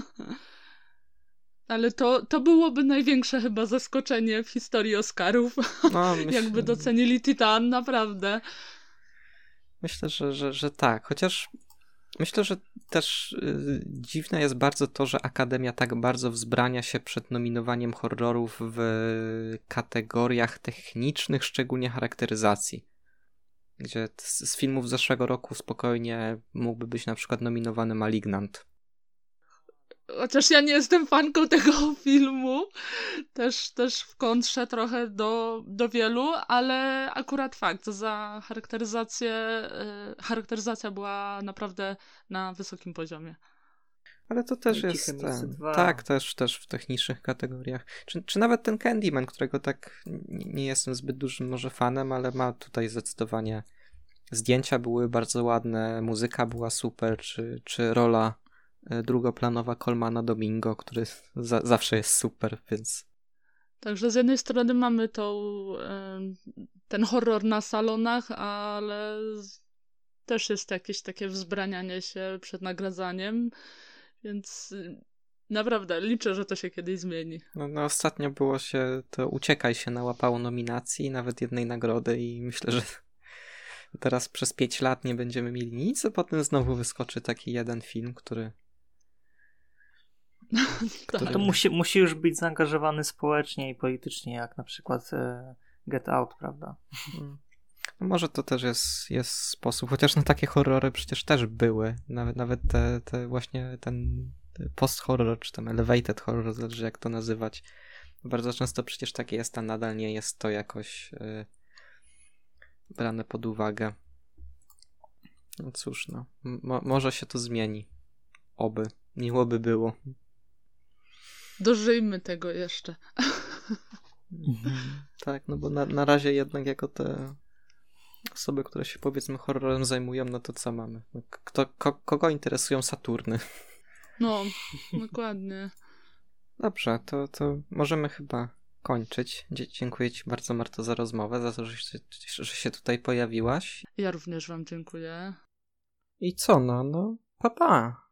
Ale to byłoby największe chyba zaskoczenie w historii Oscarów. No, jakby docenili Titan, naprawdę. Myślę, że tak. Chociaż myślę, że też dziwne jest bardzo to, że Akademia tak bardzo wzbrania się przed nominowaniem horrorów w kategoriach technicznych, szczególnie charakteryzacji. Gdzie z filmów zeszłego roku spokojnie mógłby być na przykład nominowany Malignant. chociaż ja nie jestem fanką tego filmu, też w kontrze trochę do wielu, ale akurat fakt, za charakteryzacja była naprawdę na wysokim poziomie. Ale to też No i jest Ciche miejsce 2. tak, też w technicznych kategoriach. Czy nawet ten Candyman, którego tak nie jestem zbyt dużym może fanem, ale ma tutaj zdecydowanie zdjęcia były bardzo ładne, muzyka była super, czy rola drugoplanowa Colmana Domingo, który zawsze jest super, więc... Także z jednej strony mamy ten horror na salonach, ale też jest jakieś takie wzbranianie się przed nagradzaniem, więc naprawdę liczę, że to się kiedyś zmieni. No ostatnio to Uciekaj się nałapało nominacji, nawet jednej nagrody i myślę, że teraz przez 5 lat nie będziemy mieli nic, a potem znowu wyskoczy taki jeden film, który... To musi już być zaangażowany społecznie i politycznie, jak na przykład Get Out, prawda? No może to też jest sposób, chociaż na takie horrory przecież też były. Nawet te właśnie ten post-horror, czy tam elevated horror, zależy jak to nazywać. Bardzo często przecież takie jest, a nadal nie jest to jakoś brane pod uwagę. No cóż, no. Może się to zmieni. Oby. Miło by było. Dożyjmy tego jeszcze. Tak, no bo na razie jednak jako te osoby, które się powiedzmy horrorem zajmują, no to co mamy? No, kogo interesują Saturny? No, dokładnie. Dobrze, to możemy chyba kończyć. Dziękuję Ci bardzo, Marto, za rozmowę, za to, że się tutaj pojawiłaś. Ja również wam dziękuję. I co, no pa.